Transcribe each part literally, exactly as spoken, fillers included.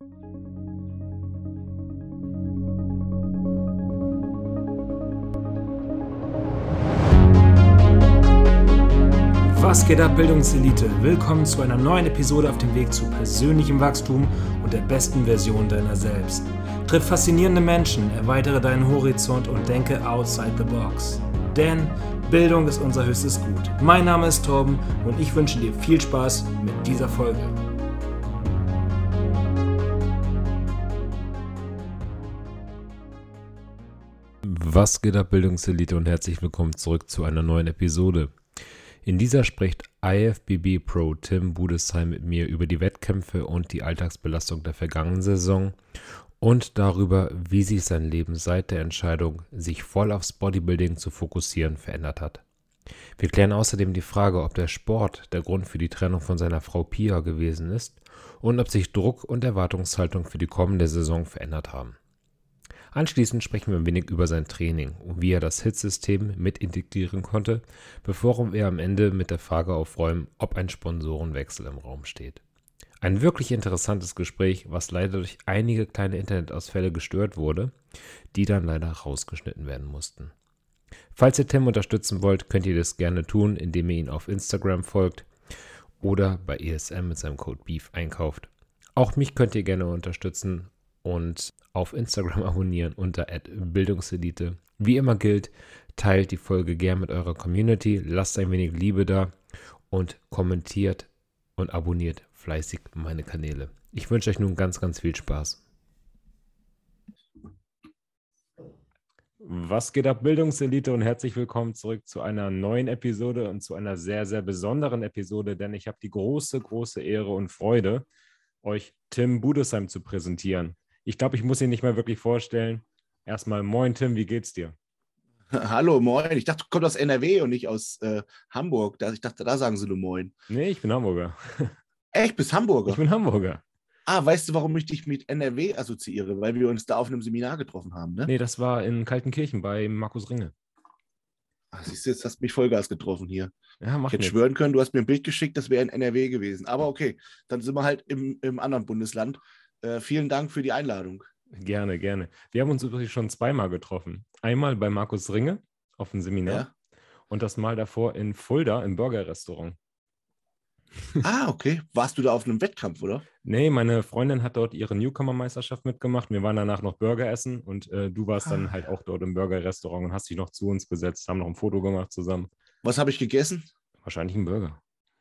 Was geht ab, Bildungselite? Willkommen zu einer neuen Episode auf dem Weg zu persönlichem Wachstum und der besten Version deiner selbst. Triff faszinierende Menschen, erweitere deinen Horizont und denke outside the box. Denn Bildung ist unser höchstes Gut. Mein Name ist Torben und ich wünsche dir viel Spaß mit dieser Folge. Was geht ab, Bildungselite, und herzlich willkommen zurück zu einer neuen Episode. In dieser spricht I F B B Pro Tim Budesheim mit mir über die Wettkämpfe und die Alltagsbelastung der vergangenen Saison und darüber, wie sich sein Leben seit der Entscheidung, sich voll aufs Bodybuilding zu fokussieren, verändert hat. Wir klären außerdem die Frage, ob der Sport der Grund für die Trennung von seiner Frau Pia gewesen ist und ob sich Druck und Erwartungshaltung für die kommende Saison verändert haben. Anschließend sprechen wir ein wenig über sein Training und wie er das H I I T-System mit integrieren konnte, bevor wir am Ende mit der Frage aufräumen, ob ein Sponsorenwechsel im Raum steht. Ein wirklich interessantes Gespräch, was leider durch einige kleine Internetausfälle gestört wurde, die dann leider rausgeschnitten werden mussten. Falls ihr Tim unterstützen wollt, könnt ihr das gerne tun, indem ihr ihn auf Instagram folgt oder bei E S M mit seinem Code BEEF einkauft. Auch mich könnt ihr gerne unterstützen und auf Instagram abonnieren unter at bildungselite. Wie immer gilt, teilt die Folge gern mit eurer Community, lasst ein wenig Liebe da und kommentiert und abonniert fleißig meine Kanäle. Ich wünsche euch nun ganz, ganz viel Spaß. Was geht ab, Bildungselite, und herzlich willkommen zurück zu einer neuen Episode und zu einer sehr, sehr besonderen Episode, denn ich habe die große, große Ehre und Freude, euch Tim Budesheim zu präsentieren. Ich glaube, ich muss ihn nicht mehr wirklich vorstellen. Erstmal moin Tim, wie geht's dir? Hallo, moin. Ich dachte, du kommst aus N R W und nicht aus äh, Hamburg. Ich dachte, da sagen sie nur moin. Nee, ich bin Hamburger. Echt, bist Hamburger? Ich bin Hamburger. Ah, weißt du, warum ich dich mit N R W assoziiere? Weil wir uns da auf einem Seminar getroffen haben, ne? Nee, das war in Kaltenkirchen bei Markus Ringe. Ach, siehst du, jetzt hast du mich Vollgas getroffen hier. Ja, mach ich hätte nichts. schwören können, du hast mir ein Bild geschickt, das wäre in N R W gewesen. Aber okay, dann sind wir halt im, im anderen Bundesland. Äh, vielen Dank für die Einladung. Gerne, gerne. Wir haben uns übrigens schon zweimal getroffen. Einmal bei Markus Ringe auf dem Seminar Ja? und das Mal davor in Fulda im Burger-Restaurant. Ah, okay. Warst du da auf einem Wettkampf, oder? Nee, meine Freundin hat dort ihre Newcomer-Meisterschaft mitgemacht. Wir waren danach noch Burger essen und äh, du warst dann Ah, halt ja. auch dort im Burger-Restaurant und hast dich noch zu uns gesetzt, haben noch ein Foto gemacht zusammen. Was habe ich gegessen? Wahrscheinlich ein Burger.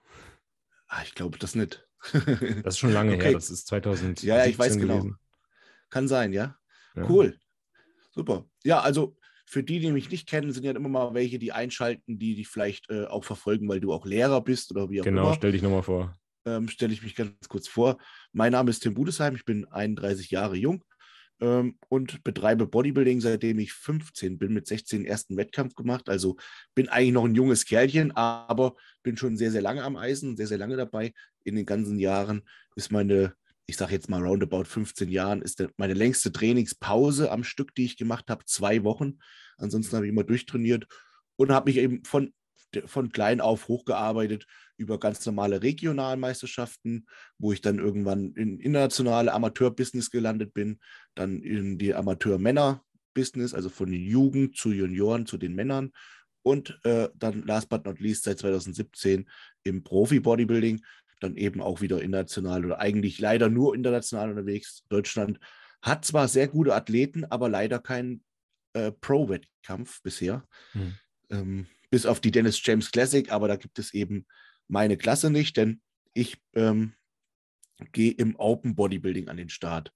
Ah, ich glaube das nicht. Das ist schon lange Okay. her, das ist zweitausendsiebzehn Ja, ja, ich weiß genau. gewesen. Kann sein, ja. Ja. Cool. Super. Ja, also für die, die mich nicht kennen, sind ja immer mal welche, die einschalten, die dich vielleicht äh, auch verfolgen, weil du auch Lehrer bist oder wie auch Genau, immer. stell dich nochmal vor. Ähm, stelle ich mich ganz kurz vor. Mein Name ist Tim Budesheim, ich bin einunddreißig Jahre jung ähm, und betreibe Bodybuilding, seitdem ich fünfzehn bin, mit sechzehn den ersten Wettkampf gemacht. Also bin eigentlich noch ein junges Kerlchen, aber bin schon sehr, sehr lange am Eisen, sehr, sehr lange dabei. In den ganzen Jahren ist meine, ich sage jetzt mal roundabout fünfzehn Jahren, ist der, meine längste Trainingspause am Stück, die ich gemacht habe, zwei Wochen. Ansonsten habe ich immer durchtrainiert und habe mich eben von, von klein auf hochgearbeitet über ganz normale Regionalmeisterschaften, wo ich dann irgendwann in internationale Amateurbusiness gelandet bin, dann in die Amateur-Männer-Business, also von den Jugend zu Junioren zu den Männern und äh, dann last but not least seit zweitausendsiebzehn im Profi-Bodybuilding, dann eben auch wieder international oder eigentlich leider nur international unterwegs. Deutschland hat zwar sehr gute Athleten, aber leider keinen äh, Pro-Wettkampf bisher, Hm. ähm, bis auf die Dennis James Classic, aber da gibt es eben meine Klasse nicht, denn ich ähm, gehe im Open Bodybuilding an den Start.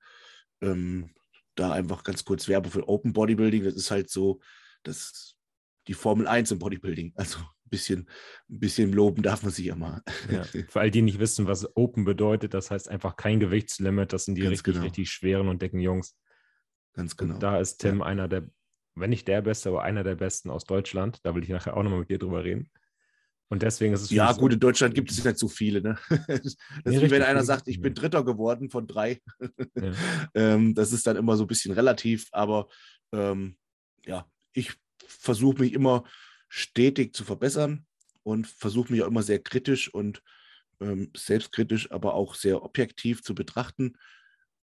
Ähm, da einfach ganz kurz Werbung für Open Bodybuilding, das ist halt so, das die Formel eins im Bodybuilding. Also ein bisschen, ein bisschen loben darf man sich ja mal. Ja. Für all die nicht wissen, was Open bedeutet, das heißt einfach kein Gewichtslimit, das sind die Ganz richtig, genau. richtig schweren und dicken Jungs. Ganz genau. Und da ist Tim Ja. einer der, wenn nicht der Beste, aber einer der Besten aus Deutschland. Da will ich nachher auch nochmal mit dir drüber reden. Und deswegen ist es für Ja, mich so- gut, in Deutschland gibt es nicht so viele. Ne? Das ist Nee, wie richtig, wenn einer viele sagt, gibt's ich bin nicht. Dritter geworden von drei. Ja. ähm, das ist dann immer so ein bisschen relativ, aber ähm, ja, ich versuche mich immer stetig zu verbessern und versuche mich auch immer sehr kritisch und ähm, selbstkritisch, aber auch sehr objektiv zu betrachten.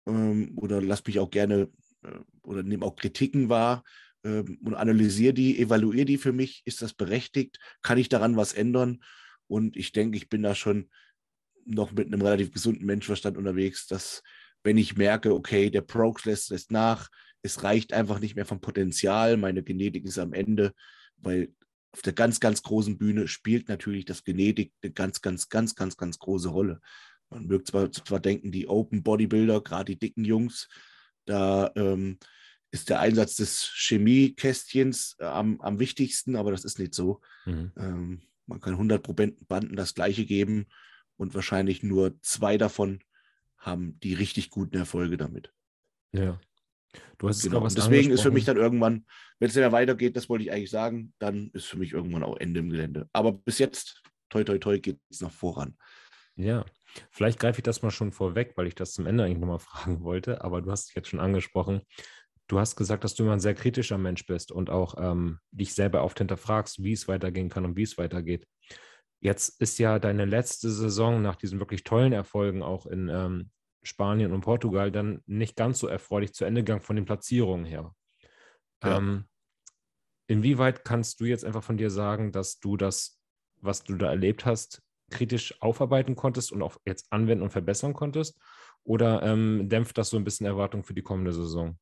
ähm, oder lass mich auch gerne äh, oder nehme auch Kritiken wahr ähm, und analysiere die, evaluiere die für mich. Ist das berechtigt? Kann ich daran was ändern? Und ich denke, ich bin da schon noch mit einem relativ gesunden Menschenverstand unterwegs, dass wenn ich merke, okay, der Progress lässt, lässt nach, es reicht einfach nicht mehr vom Potenzial, meine Genetik ist am Ende, weil auf der ganz, ganz großen Bühne spielt natürlich das Genetik eine ganz, ganz, ganz, ganz, ganz große Rolle. Man mögt zwar, zwar denken, die Open Bodybuilder, gerade die dicken Jungs, da ähm, ist der Einsatz des Chemiekästchens äh, am, am wichtigsten, aber das ist nicht so. Mhm. Ähm, man kann hundert Probanden das Gleiche geben und wahrscheinlich nur zwei davon haben die richtig guten Erfolge damit. Ja. Du hast Genau. gerade was Und deswegen ist für mich angesprochen. dann irgendwann, wenn es nicht mehr weitergeht, das wollte ich eigentlich sagen, dann ist für mich irgendwann auch Ende im Gelände. Aber bis jetzt, toi, toi, toi, geht es noch voran. Ja, vielleicht greife ich das mal schon vorweg, weil ich das zum Ende eigentlich nochmal fragen wollte, aber du hast es jetzt schon angesprochen. Du hast gesagt, dass du immer ein sehr kritischer Mensch bist und auch ähm, dich selber oft hinterfragst, wie es weitergehen kann und wie es weitergeht. Jetzt ist ja deine letzte Saison nach diesen wirklich tollen Erfolgen auch in ähm, Spanien und Portugal dann nicht ganz so erfreulich zu Ende gegangen von den Platzierungen her. Ja. Ähm, inwieweit kannst du jetzt einfach von dir sagen, dass du das, was du da erlebt hast, kritisch aufarbeiten konntest und auch jetzt anwenden und verbessern konntest? Oder ähm, dämpft das so ein bisschen Erwartung für die kommende Saison?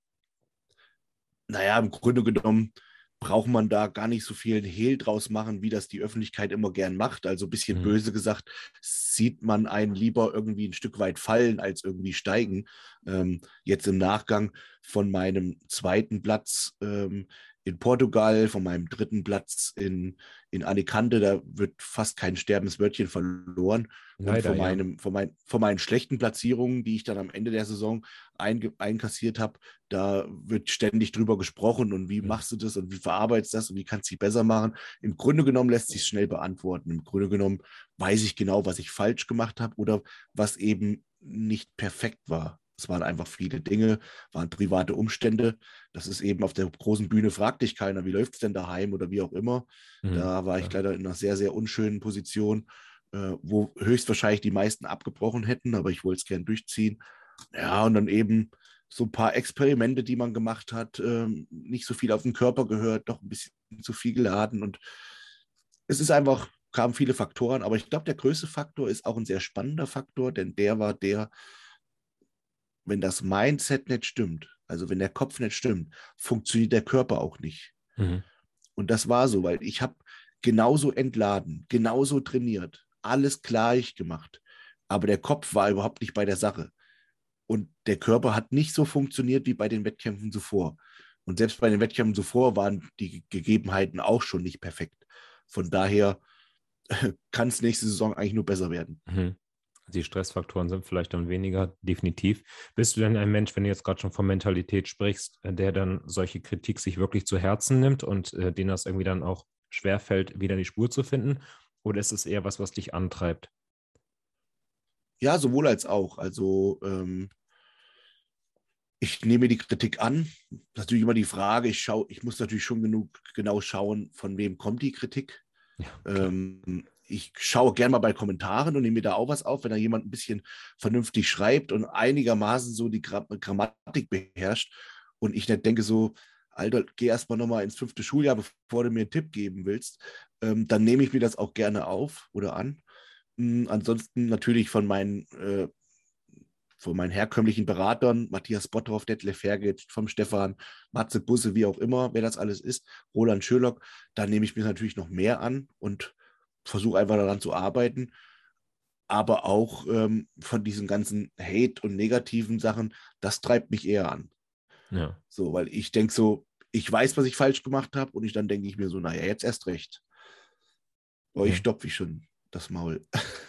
Naja, im Grunde genommen braucht man da gar nicht so viel Hehl draus machen, wie das die Öffentlichkeit immer gern macht. Also ein bisschen Mhm. böse gesagt, sieht man einen lieber irgendwie ein Stück weit fallen, als irgendwie steigen. Ähm, jetzt im Nachgang von meinem zweiten Platz ähm, in Portugal, von meinem dritten Platz in, in Alicante, da wird fast kein Sterbenswörtchen verloren. Und Leider, von, ja. meinem, von, mein, von meinen schlechten Platzierungen, die ich dann am Ende der Saison einge, einkassiert habe, da wird ständig drüber gesprochen und wie Mhm. machst du das und wie verarbeitest du das und wie kannst du dich besser machen. Im Grunde genommen lässt sich schnell beantworten. Im Grunde genommen weiß ich genau, was ich falsch gemacht habe oder was eben nicht perfekt war. Es waren einfach viele Dinge, waren private Umstände. Das ist eben auf der großen Bühne, fragt dich keiner, wie läuft es denn daheim oder wie auch immer. Mhm. Da war ich Klar. leider in einer sehr, sehr unschönen Position, äh, wo höchstwahrscheinlich die meisten abgebrochen hätten, aber ich wollte es gern durchziehen. Ja, und dann eben so ein paar Experimente, die man gemacht hat, ähm, nicht so viel auf den Körper gehört, doch ein bisschen zu viel geladen. Und es ist einfach, kamen viele Faktoren, aber ich glaube, der größte Faktor ist auch ein sehr spannender Faktor, denn der war der, wenn das Mindset nicht stimmt, also wenn der Kopf nicht stimmt, funktioniert der Körper auch nicht. Mhm. Und das war so, weil ich habe genauso entladen, genauso trainiert, alles gleich gemacht, aber der Kopf war überhaupt nicht bei der Sache. Und der Körper hat nicht so funktioniert wie bei den Wettkämpfen zuvor. Und selbst bei den Wettkämpfen zuvor waren die Gegebenheiten auch schon nicht perfekt. Von daher kann es nächste Saison eigentlich nur besser werden. Mhm. Die Stressfaktoren sind vielleicht dann weniger, definitiv. Bist du denn ein Mensch, wenn du jetzt gerade schon von Mentalität sprichst, äh, der dann solche Kritik sich wirklich zu Herzen nimmt und äh, denen das irgendwie dann auch schwerfällt, wieder in die Spur zu finden? Oder ist es eher was, was dich antreibt? Ja, sowohl als auch. Also ähm, ich nehme die Kritik an. Das ist natürlich immer die Frage, ich, schau, ich muss natürlich schon genug genau schauen, von wem kommt die Kritik. Ja, klar. Ähm, ich schaue gerne mal bei Kommentaren und nehme mir da auch was auf, wenn da jemand ein bisschen vernünftig schreibt und einigermaßen so die Gra Grammatik beherrscht und ich nicht denke so, Alter, geh erstmal nochmal ins fünfte Schuljahr, bevor du mir einen Tipp geben willst, ähm, dann nehme ich mir das auch gerne auf oder an. Ähm, ansonsten natürlich von meinen, äh, von meinen herkömmlichen Beratern, Matthias Bottroff, Detlef Herget, vom Stefan, Matze Busse, wie auch immer, wer das alles ist, Roland Schürlock, da nehme ich mir natürlich noch mehr an und versuche einfach daran zu arbeiten. Aber auch ähm, von diesen ganzen Hate und negativen Sachen, das treibt mich eher an. Ja. So, weil ich denke so, ich weiß, was ich falsch gemacht habe und ich dann denke ich mir so, naja, jetzt erst recht. Aber ich Ja. stopfe ich schon das Maul.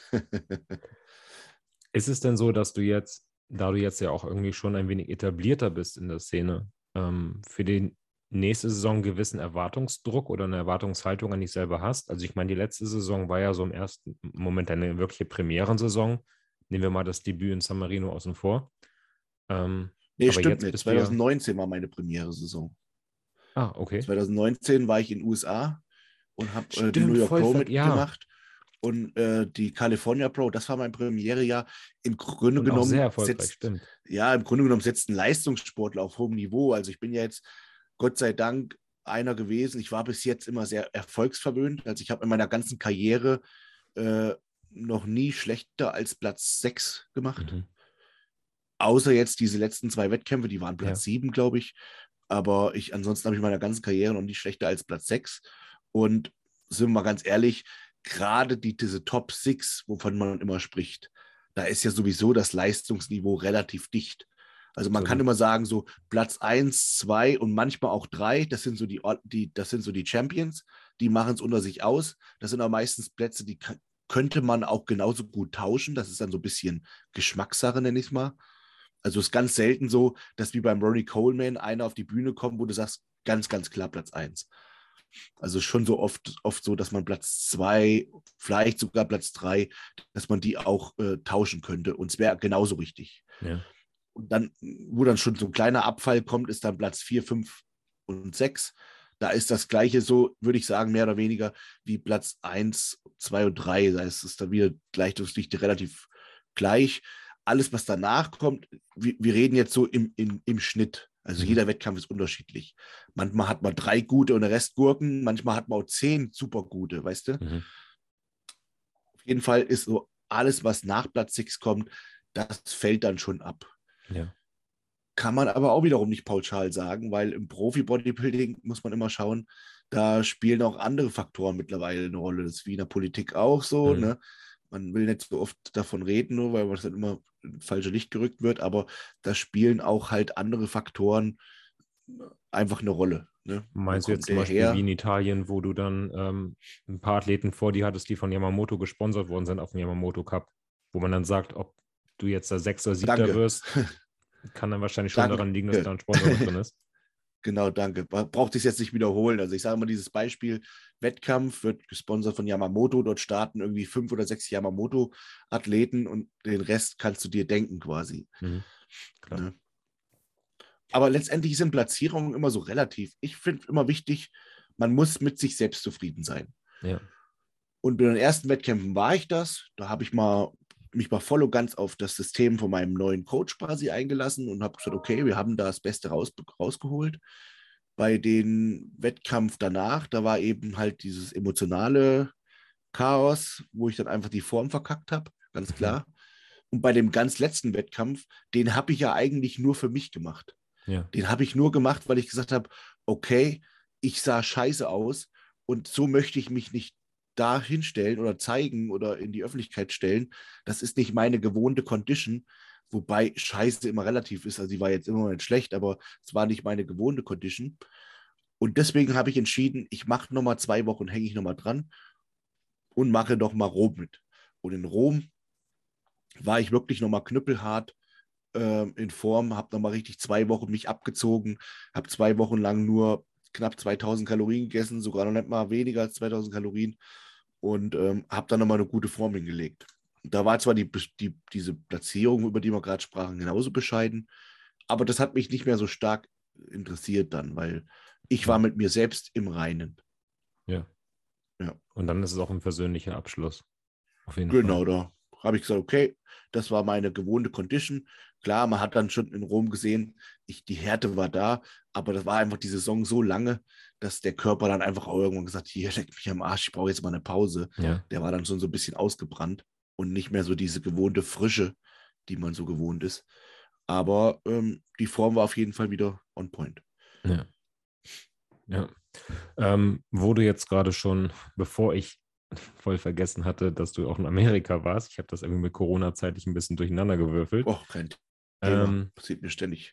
Ist es denn so, dass du jetzt, da du jetzt ja auch irgendwie schon ein wenig etablierter bist in der Szene, ähm, für die nächste Saison einen gewissen Erwartungsdruck oder eine Erwartungshaltung an dich selber hast? Also ich meine, die letzte Saison war ja so im ersten Moment eine wirkliche Premierensaison. Nehmen wir mal das Debüt in San Marino außen vor. Ähm, Nee, aber stimmt jetzt nicht. bist du ja, zwanzig neunzehn war meine Premiere-Saison. ah, okay. zwanzig neunzehn war ich in den U S A und habe äh, die New Stimmt, York voll, Pro ver ja, mitgemacht. und äh, die California Pro, das war mein Premierejahr. Im Grunde Und auch genommen sehr erfolgreich, setzt, stimmt. ja, im Grunde genommen setzt ein Leistungssportler auf hohem Niveau. Also ich bin ja jetzt Gott sei Dank einer gewesen. Ich war bis jetzt immer sehr erfolgsverwöhnt. Also ich habe in meiner ganzen Karriere äh, noch nie schlechter als Platz sechs gemacht. Mhm. Außer jetzt diese letzten zwei Wettkämpfe, die waren Platz Ja. sieben, glaube ich. Aber ich, ansonsten habe ich in meiner ganzen Karriere noch nie schlechter als Platz sechs. Und sind wir mal ganz ehrlich, gerade die, diese Top sechs, wovon man immer spricht, da ist ja sowieso das Leistungsniveau relativ dicht. Also man kann Absolut. immer sagen, so Platz eins, zwei und manchmal auch drei, das sind so die, die, das sind so die Champions, die machen es unter sich aus. Das sind auch meistens Plätze, die k- könnte man auch genauso gut tauschen. Das ist dann so ein bisschen Geschmackssache, nenne ich es mal. Also es ist ganz selten so, dass wie beim Ronnie Coleman einer auf die Bühne kommt, wo du sagst, ganz, ganz klar Platz eins. Also schon so oft, oft so, dass man Platz zwei, vielleicht sogar Platz drei, dass man die auch äh, tauschen könnte. Und es wäre genauso richtig. Ja. Und dann, wo dann schon so ein kleiner Abfall kommt, ist dann Platz vier, fünf und sechs. Da ist das Gleiche so, würde ich sagen, mehr oder weniger wie Platz eins, zwei und drei. Da ist es dann wieder Leistungsdichte relativ gleich. Alles, was danach kommt, wir, wir reden jetzt so im, im, im Schnitt. Also Mhm. jeder Wettkampf ist unterschiedlich. Manchmal hat man drei gute und der Rest Gurken, manchmal hat man auch zehn super gute, weißt du? Mhm. Auf jeden Fall ist so alles, was nach Platz sechs kommt, das fällt dann schon ab. Ja. Kann man aber auch wiederum nicht pauschal sagen, weil im Profi-Bodybuilding muss man immer schauen, da spielen auch andere Faktoren mittlerweile eine Rolle. Das ist wie in der Politik auch so. Mhm. Ne? Man will nicht so oft davon reden, nur weil das dann immer ins falsche Licht gerückt wird, aber da spielen auch halt andere Faktoren einfach eine Rolle. Ne? Wo Meinst du jetzt kommt zum der Beispiel wie her? in Italien, wo du dann ähm, ein paar Athleten vor dir hattest, die von Yamamoto gesponsert worden sind auf dem Yamamoto Cup, wo man dann sagt, ob du jetzt der Sechster, Siebter Danke. wirst, kann dann wahrscheinlich schon Danke. daran liegen, dass da ein Sponsor mit drin ist. Genau, danke. Braucht sich jetzt nicht wiederholen. Also ich sage mal, dieses Beispiel, Wettkampf wird gesponsert von Yamamoto. Dort starten irgendwie fünf oder sechs Yamamoto-Athleten und den Rest kannst du dir denken quasi. Mhm. Klar. Ne? Aber letztendlich sind Platzierungen immer so relativ. Ich finde immer wichtig, man muss mit sich selbst zufrieden sein. Ja. Und bei den ersten Wettkämpfen war ich das. Da habe ich mal mich mal voll und ganz auf das System von meinem neuen Coach quasi eingelassen und habe gesagt, okay, wir haben da das Beste raus, rausgeholt. Bei den Wettkampf danach, da war eben halt dieses emotionale Chaos, wo ich dann einfach die Form verkackt habe, ganz Mhm. klar. Und bei dem ganz letzten Wettkampf, den habe ich ja eigentlich nur für mich gemacht. Ja. Den habe ich nur gemacht, weil ich gesagt habe, okay, ich sah scheiße aus und so möchte ich mich nicht da hinstellen oder zeigen oder in die Öffentlichkeit stellen. Das ist nicht meine gewohnte Condition, wobei Scheiße immer relativ ist. Also die war jetzt immer noch nicht schlecht, aber es war nicht meine gewohnte Condition. Und deswegen habe ich entschieden, ich mache nochmal zwei Wochen, hänge ich nochmal dran und mache nochmal Rom mit. Und in Rom war ich wirklich nochmal knüppelhart äh, in Form, habe nochmal richtig zwei Wochen mich abgezogen, habe zwei Wochen lang nur knapp zweitausend Kalorien gegessen, sogar noch nicht mal weniger als zweitausend Kalorien und ähm, habe dann nochmal eine gute Form hingelegt. Und da war zwar die, die, diese Platzierung, über die wir gerade sprachen, genauso bescheiden, aber das hat mich nicht mehr so stark interessiert dann, weil ich war Ja. mit mir selbst im Reinen. Ja. Ja. Und dann ist es auch ein versöhnlicher Abschluss. Auf jeden Genau, Fall. da habe ich gesagt, okay, das war meine gewohnte Condition. Klar, man hat dann schon in Rom gesehen, ich, die Härte war da, aber das war einfach die Saison so lange, dass der Körper dann einfach auch irgendwann gesagt hat, hier, leck mich am Arsch, ich brauche jetzt mal eine Pause. Ja. Der war dann schon so ein bisschen ausgebrannt und nicht mehr so diese gewohnte Frische, die man so gewohnt ist. Aber ähm, die Form war auf jeden Fall wieder on point. Ja. Ja. Ähm, wo du jetzt gerade schon, bevor ich voll vergessen hatte, dass du auch in Amerika warst, ich habe das irgendwie mit Corona zeitlich ein bisschen durcheinander gewürfelt, Oh, kein Thema, ähm, passiert mir ständig.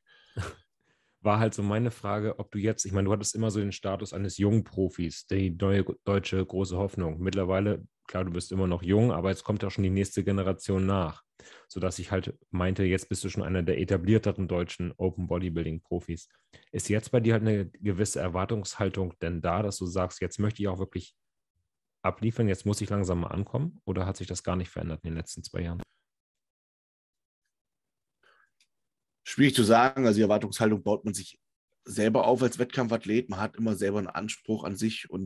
war halt so meine Frage, ob du jetzt, ich meine, du hattest immer so den Status eines jungen Profis, die neue deutsche große Hoffnung. Mittlerweile, klar, du bist immer noch jung, aber jetzt kommt ja schon die nächste Generation nach, sodass ich halt meinte, jetzt bist du schon einer der etablierteren deutschen Open Bodybuilding Profis. Ist jetzt bei dir halt eine gewisse Erwartungshaltung denn da, dass du sagst, jetzt möchte ich auch wirklich abliefern, jetzt muss ich langsam mal ankommen, oder hat sich das gar nicht verändert in den letzten zwei Jahren? Schwierig zu sagen, also die Erwartungshaltung baut man sich selber auf als Wettkampfathlet. Man hat immer selber einen Anspruch an sich und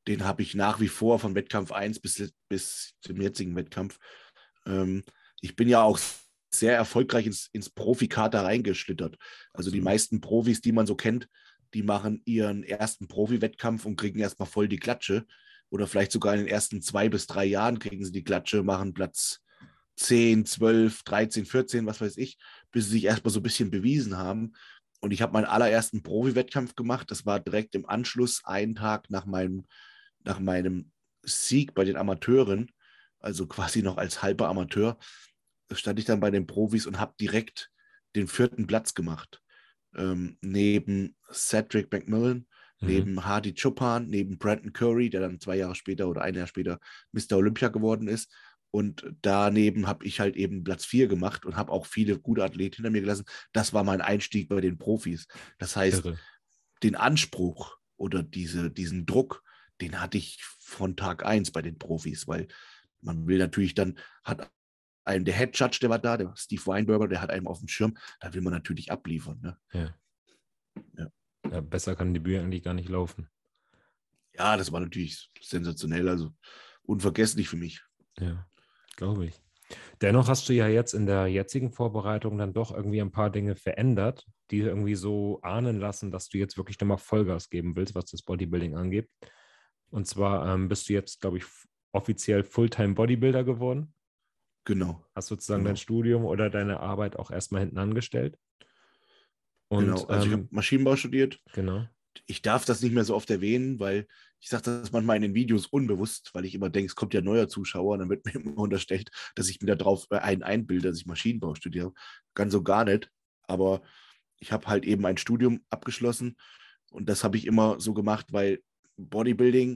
Den habe ich nach wie vor von Wettkampf eins bis, bis zum jetzigen Wettkampf. Ähm, ich bin ja auch sehr erfolgreich ins, ins Profikader reingeschlittert. Also die Absolut. meisten Profis, die man so kennt, die machen ihren ersten Profi-Wettkampf und kriegen erstmal voll die Klatsche. Oder vielleicht sogar in den ersten zwei bis drei Jahren kriegen sie die Klatsche, machen Platz zehn, zwölf, dreizehn, vierzehn, was weiß ich, bis sie sich erstmal so ein bisschen bewiesen haben. Und ich habe meinen allerersten Profi-Wettkampf gemacht. Das war direkt im Anschluss, einen Tag nach meinem, nach meinem Sieg bei den Amateuren, also quasi noch als halber Amateur, stand ich dann bei den Profis und habe direkt den vierten Platz gemacht. Ähm, neben Cedric McMillan, Mhm. neben Hardy Chopin, neben Brandon Curry, der dann zwei Jahre später oder ein Jahr später Mister Olympia geworden ist. Und daneben habe ich halt eben Platz vier gemacht und habe auch viele gute Athleten hinter mir gelassen. Das war mein Einstieg bei den Profis. Das heißt, Irre. den Anspruch oder diese, diesen Druck, den hatte ich von Tag eins bei den Profis, weil man will natürlich dann, hat einen, der Head Judge, der war da, der Steve Weinberger, der hat einen auf dem Schirm, da will man natürlich abliefern. Ne? Ja. Ja. Ja, besser kann ein Debüt eigentlich gar nicht laufen. Ja, das war natürlich sensationell, also unvergesslich für mich. Ja, glaube ich. Dennoch hast du ja jetzt in der jetzigen Vorbereitung dann doch irgendwie ein paar Dinge verändert, die irgendwie so ahnen lassen, dass du jetzt wirklich nochmal Vollgas geben willst, was das Bodybuilding angeht. Und zwar ähm, bist du jetzt, glaube ich, f- offiziell Fulltime Bodybuilder geworden. Genau, Hast sozusagen dein genau, Studium oder deine Arbeit auch erstmal hinten angestellt. genau. Und Also ich habe ähm, Maschinenbau studiert. genau. Ich darf das nicht mehr so oft erwähnen, weil ich sage das manchmal in den Videos unbewusst, weil ich immer denke, es kommt ja ein neuer Zuschauer und dann wird mir immer unterstellt, dass ich mir darauf einen einbilde, dass ich Maschinenbau studiere. Ganz so gar nicht. Aber ich habe halt eben ein Studium abgeschlossen und das habe ich immer so gemacht, weil Bodybuilding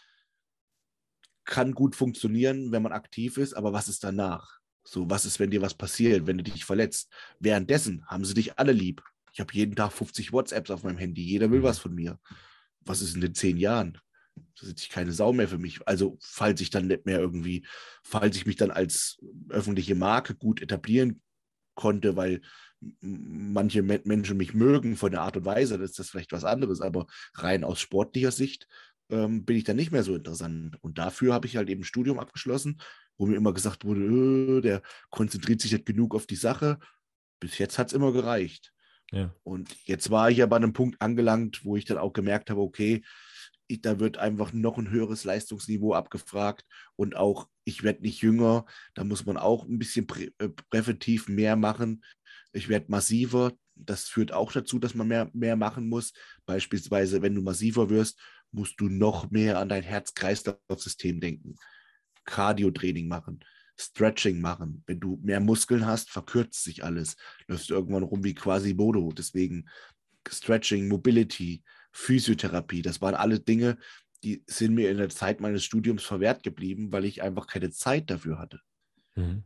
kann gut funktionieren, wenn man aktiv ist, aber was ist danach? So, was ist, wenn dir was passiert, wenn du dich verletzt? Währenddessen haben sie dich alle lieb. Ich habe jeden Tag fünfzig WhatsApps auf meinem Handy. Jeder will Mhm. was von mir. Was ist in den zehn Jahren? Da sitze ich keine Sau mehr für mich. Also, falls ich dann nicht mehr irgendwie, falls ich mich dann als öffentliche Marke gut etablieren konnte, weil manche Menschen mich mögen von der Art und Weise, das ist das vielleicht was anderes, aber rein aus sportlicher Sicht ähm, bin ich dann nicht mehr so interessant. Und dafür habe ich halt eben ein Studium abgeschlossen, wo mir immer gesagt wurde, äh, der konzentriert sich nicht genug auf die Sache. Bis jetzt hat es immer gereicht. Ja. Und jetzt war ich ja bei einem Punkt angelangt, wo ich dann auch gemerkt habe, okay, ich, da wird einfach noch ein höheres Leistungsniveau abgefragt und auch ich werde nicht jünger, da muss man auch ein bisschen prä äh, präventiv mehr machen. Ich werde massiver, das führt auch dazu, dass man mehr, mehr machen muss. Beispielsweise, wenn du massiver wirst, musst du noch mehr an dein Herz-Kreislauf-System denken. Cardio-Training machen, Stretching machen. Wenn du mehr Muskeln hast, verkürzt sich alles. Läufst du irgendwann rum wie Quasimodo. Deswegen Stretching, Mobility, Physiotherapie, das waren alle Dinge, die sind mir in der Zeit meines Studiums verwehrt geblieben, weil ich einfach keine Zeit dafür hatte. Mhm.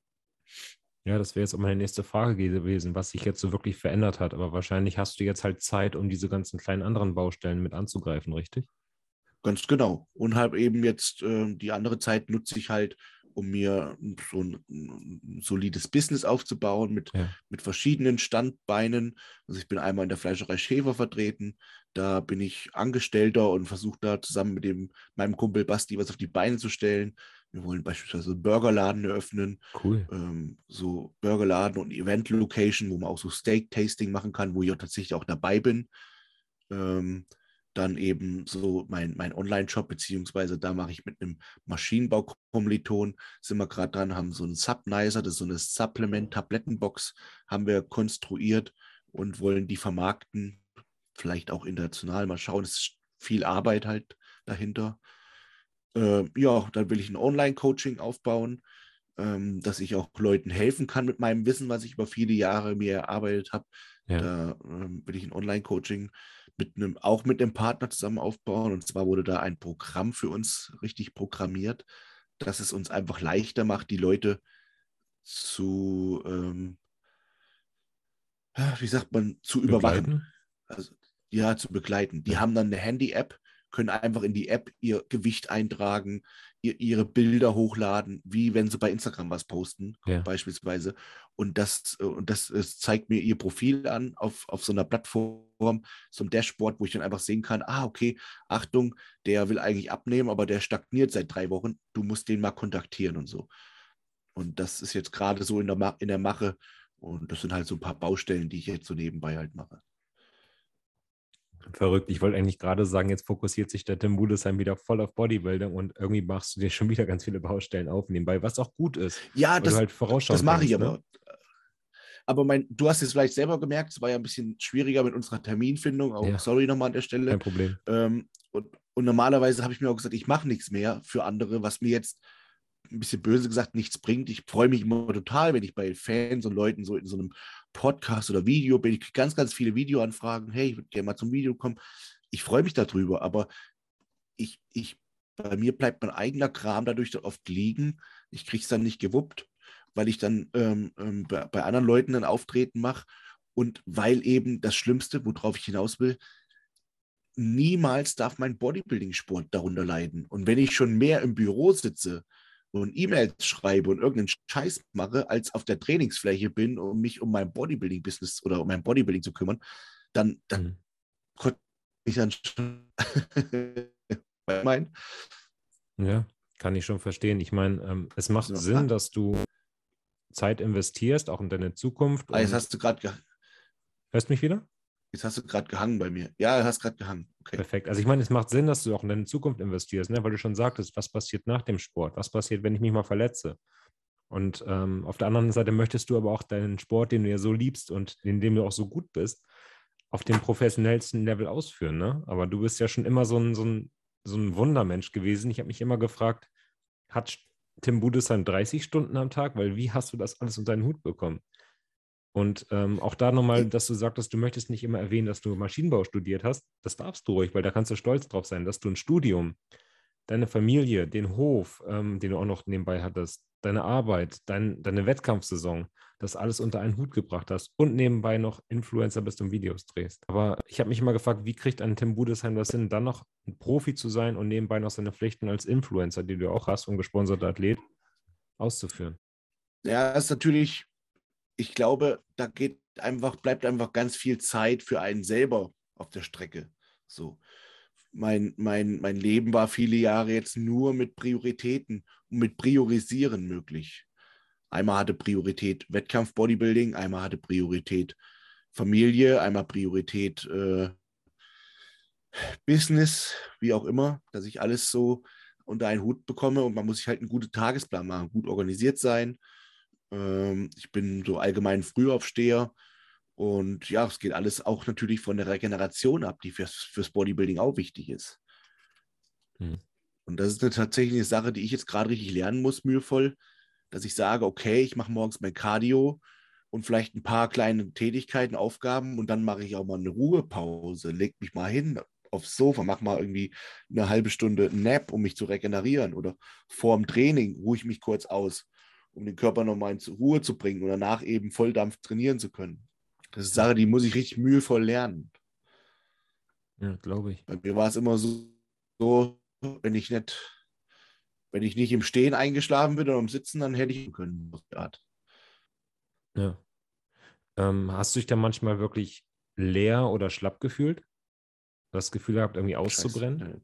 Ja, das wäre jetzt auch meine nächste Frage gewesen, was sich jetzt so wirklich verändert hat. Aber wahrscheinlich hast du jetzt halt Zeit, um diese ganzen kleinen anderen Baustellen mit anzugreifen, richtig? Ganz genau. Und habe eben jetzt äh, die andere Zeit nutze ich halt, um mir so ein, ein solides Business aufzubauen mit, Ja. mit verschiedenen Standbeinen. Also ich bin einmal in der Fleischerei Schäfer vertreten. Da bin ich Angestellter und versuche da zusammen mit dem, meinem Kumpel Basti was auf die Beine zu stellen. Wir wollen beispielsweise einen Burgerladen eröffnen. Cool. Ähm, so Burgerladen und Event-Location, wo man auch so Steak-Tasting machen kann, wo ich auch tatsächlich auch dabei bin. Ähm, Dann eben so mein, mein Online-Shop, beziehungsweise da mache ich mit einem Maschinenbau-Kommiliton, sind wir gerade dran, haben so einen Subnizer, das ist so eine Supplement-Tablettenbox, haben wir konstruiert und wollen die vermarkten, vielleicht auch international, mal schauen, es ist viel Arbeit halt dahinter. Äh, ja, dann will ich ein Online-Coaching aufbauen, ähm, dass ich auch Leuten helfen kann mit meinem Wissen, was ich über viele Jahre mir erarbeitet habe. Ja. Da ähm, will ich ein Online-Coaching mit einem, auch mit einem Partner zusammen aufbauen. Und zwar wurde da ein Programm für uns richtig programmiert, dass es uns einfach leichter macht, die Leute zu, ähm, wie sagt man, zu überwachen. Begleiten? Also ja, zu begleiten. Die Ja. haben dann eine Handy-App, können einfach in die App ihr Gewicht eintragen, ihr, ihre Bilder hochladen, wie wenn sie bei Instagram was posten, Ja. beispielsweise. Und das, äh, und das, es zeigt mir ihr Profil an auf, auf so einer Plattform, so einem Dashboard, wo ich dann einfach sehen kann, ah, okay, Achtung, der will eigentlich abnehmen, aber der stagniert seit drei Wochen, du musst den mal kontaktieren und so. Und das ist jetzt gerade so in der, Ma- in der Mache. Und das sind halt so ein paar Baustellen, die ich jetzt so nebenbei halt mache. Verrückt. Ich wollte eigentlich gerade sagen, jetzt fokussiert sich der Tim Budesheim wieder voll auf Bodybuilding und irgendwie machst du dir schon wieder ganz viele Baustellen auf nebenbei, was auch gut ist, Ja, weil du das, halt das vorausschauend mache ich denkst, ne? aber. Aber mein, du hast es vielleicht selber gemerkt, es war ja ein bisschen schwieriger mit unserer Terminfindung. Auch Ja, sorry nochmal an der Stelle. kein Problem. Ähm, und, und normalerweise habe ich mir auch gesagt, ich mache nichts mehr für andere, was mir jetzt ein bisschen böse gesagt nichts bringt. Ich freue mich immer total, wenn ich bei Fans und Leuten so in so einem Podcast oder Video bin. Ich kriege ganz, ganz viele Videoanfragen. Hey, ich würde gerne mal zum Video kommen. Ich freue mich darüber, aber ich, ich, bei mir bleibt mein eigener Kram dadurch oft liegen. Ich kriege es dann nicht gewuppt, weil ich dann ähm, ähm, bei, bei anderen Leuten ein Auftreten mache und weil eben das Schlimmste, worauf ich hinaus will, niemals darf mein Bodybuilding-Sport darunter leiden. Und wenn ich schon mehr im Büro sitze und E-Mails schreibe und irgendeinen Scheiß mache, als auf der Trainingsfläche bin, um mich um mein Bodybuilding-Business oder um mein Bodybuilding zu kümmern, dann, dann Mhm. konnte ich dann schon meinen. Ja, kann ich schon verstehen. Ich meine, ähm, es macht So, Sinn, ah, dass du Zeit investierst, auch in deine Zukunft. ah, jetzt Und hast du gerade ge hörst mich wieder? jetzt hast du gerade gehangen bei mir. Ja, du hast gerade gehangen. Okay. Perfekt. Also ich meine, es macht Sinn, dass du auch in deine Zukunft investierst, ne? Weil du schon sagtest, was passiert nach dem Sport? Was passiert, wenn ich mich mal verletze? Und ähm, auf der anderen Seite möchtest du aber auch deinen Sport, den du ja so liebst und in dem du auch so gut bist, auf dem professionellsten Level ausführen, ne? Aber du bist ja schon immer so ein, so ein, so ein Wundermensch gewesen. Ich habe mich immer gefragt, hat Tim Budesheim dreißig Stunden am Tag? Weil wie hast du das alles unter deinen Hut bekommen? Und ähm, auch da nochmal, dass du sagtest, du möchtest nicht immer erwähnen, dass du Maschinenbau studiert hast. Das darfst du ruhig, weil da kannst du stolz drauf sein, dass du ein Studium, deine Familie, den Hof, ähm, den du auch noch nebenbei hattest, deine Arbeit, dein, deine Wettkampfsaison, das alles unter einen Hut gebracht hast und nebenbei noch Influencer bist und Videos drehst. Aber ich habe mich immer gefragt, wie kriegt ein Tim Budesheim das hin, dann noch ein Profi zu sein und nebenbei noch seine Pflichten als Influencer, die du auch hast und gesponserter Athlet, auszuführen? Ja, das ist natürlich, ich glaube, da geht einfach, bleibt einfach ganz viel Zeit für einen selber auf der Strecke. So. Mein, mein, mein Leben war viele Jahre jetzt nur mit Prioritäten und mit Priorisieren möglich. Einmal hatte Priorität Wettkampf-Bodybuilding, einmal hatte Priorität Familie, einmal Priorität äh, Business, wie auch immer, dass ich alles so unter einen Hut bekomme und man muss sich halt einen guten Tagesplan machen, gut organisiert sein. Ähm, ich bin so allgemein Frühaufsteher und ja, es geht alles auch natürlich von der Regeneration ab, die fürs, fürs Bodybuilding auch wichtig ist. Hm. Und das ist eine tatsächlich eine Sache, die ich jetzt gerade richtig lernen muss, mühevoll, dass ich sage, okay, ich mache morgens mein Cardio und vielleicht ein paar kleine Tätigkeiten, Aufgaben und dann mache ich auch mal eine Ruhepause, leg mich mal hin aufs Sofa, mache mal irgendwie eine halbe Stunde Nap, um mich zu regenerieren oder vor dem Training ruhe ich mich kurz aus, um den Körper nochmal in Ruhe zu bringen und danach eben Volldampf trainieren zu können. Das ist eine Sache, die muss ich richtig mühevoll lernen. Ja, glaube ich. Bei mir war es immer so, so, wenn ich nicht, wenn ich nicht im Stehen eingeschlafen bin oder im Sitzen, dann hätte ich können. Ja. Ähm, hast du dich da manchmal wirklich leer oder schlapp gefühlt? Das Gefühl gehabt, irgendwie auszubrennen?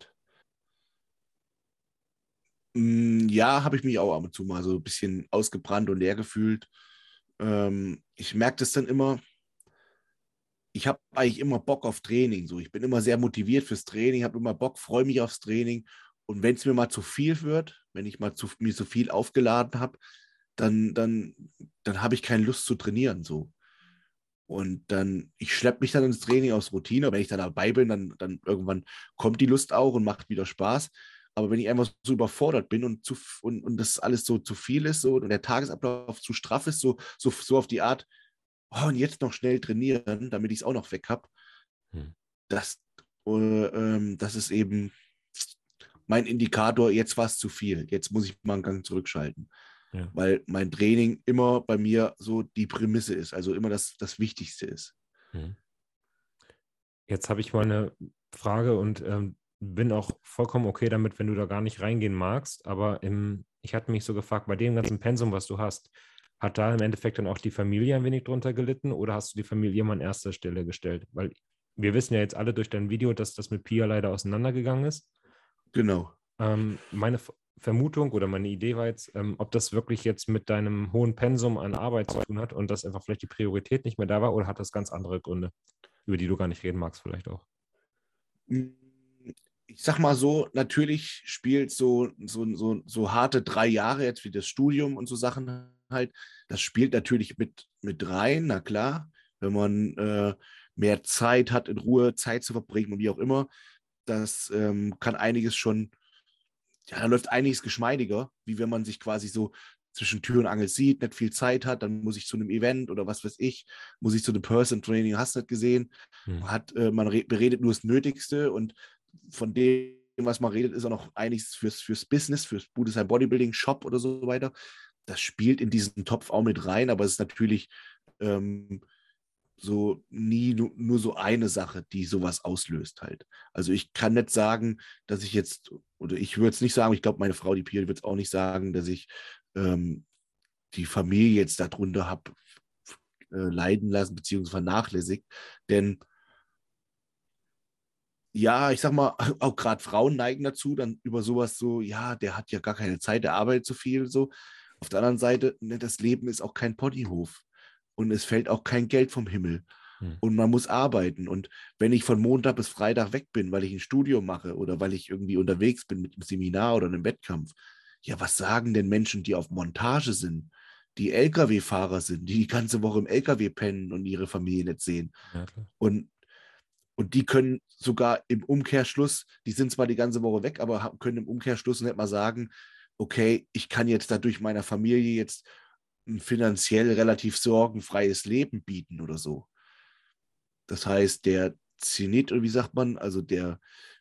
Ja, habe ich mich auch ab und zu mal so ein bisschen ausgebrannt und leer gefühlt. Ähm, ich merke das dann immer, ich habe eigentlich immer Bock auf Training. So. Ich bin immer sehr motiviert fürs Training, habe immer Bock, freue mich aufs Training. Und wenn es mir mal zu viel wird, wenn ich mal zu, mir zu viel aufgeladen habe, dann, dann, dann habe ich keine Lust zu trainieren. So. Und dann, ich schleppe mich dann ins Training aus Routine. Wenn ich dann dabei bin, dann, dann irgendwann kommt die Lust auch und macht wieder Spaß. Aber wenn ich einfach so überfordert bin und, zu, und, und das alles so zu viel ist so, und der Tagesablauf zu straff ist, so, so, so auf die Art, oh, und jetzt noch schnell trainieren, damit ich es auch noch weg habe, Hm. das, äh, ähm, das ist eben mein Indikator, jetzt war es zu viel. Jetzt muss ich mal einen Gang zurückschalten. Ja. Weil mein Training immer bei mir so die Prämisse ist, also immer das, das Wichtigste ist. Hm. Jetzt habe ich mal eine Frage und ähm, bin auch vollkommen okay damit, wenn du da gar nicht reingehen magst. Aber im, ich hatte mich so gefragt, bei dem ganzen Pensum, was du hast, hat da im Endeffekt dann auch die Familie ein wenig drunter gelitten oder hast du die Familie mal an erster Stelle gestellt? Weil wir wissen ja jetzt alle durch dein Video, dass das mit Pia leider auseinandergegangen ist. Genau. Ähm, meine F- Vermutung oder meine Idee war jetzt, ähm, ob das wirklich jetzt mit deinem hohen Pensum an Arbeit zu tun hat und dass einfach vielleicht die Priorität nicht mehr da war oder hat das ganz andere Gründe, über die du gar nicht reden magst vielleicht auch? Ich sag mal so, natürlich spielt so, so, so, so harte drei Jahre jetzt wie das Studium und so Sachen halt, das spielt natürlich mit, mit rein, na klar, wenn man äh, mehr Zeit hat, in Ruhe Zeit zu verbringen und wie auch immer, das ähm, kann einiges schon, ja, da läuft einiges geschmeidiger, wie wenn man sich quasi so zwischen Tür und Angel sieht, nicht viel Zeit hat, dann muss ich zu einem Event oder was weiß ich, muss ich zu einem Person Training, hast du nicht gesehen, Hm. hat, äh, man re- beredet nur das Nötigste und von dem, was man redet, ist auch noch einiges fürs, fürs Business, fürs Budesheim Bodybuilding Shop oder so weiter. Das spielt in diesen Topf auch mit rein, aber es ist natürlich ähm, so nie nu, nur so eine Sache, die sowas auslöst halt. Also ich kann nicht sagen, dass ich jetzt, oder ich würde es nicht sagen, ich glaube, meine Frau, die Pia, wird es auch nicht sagen, dass ich ähm, die Familie jetzt darunter habe äh, leiden lassen, beziehungsweise vernachlässigt. Denn ja, ich sag mal, auch gerade Frauen neigen dazu, dann über sowas so, ja, der hat ja gar keine Zeit, der arbeitet zu viel, so. Auf der anderen Seite, ne, das Leben ist auch kein Ponyhof und es fällt auch kein Geld vom Himmel Hm. und man muss arbeiten. Und wenn ich von Montag bis Freitag weg bin, weil ich ein Studium mache oder weil ich irgendwie unterwegs bin mit einem Seminar oder einem Wettkampf, ja, was sagen denn Menschen, die auf Montage sind, die L K W-Fahrer sind, die die ganze Woche im L K W pennen und ihre Familie nicht sehen? Ja, klar. Und und die können sogar im Umkehrschluss, die sind zwar die ganze Woche weg, aber haben, können im Umkehrschluss nicht mal sagen, okay, ich kann jetzt dadurch meiner Familie jetzt ein finanziell relativ sorgenfreies Leben bieten oder so. Das heißt, der Zenit, oder wie sagt man, also der,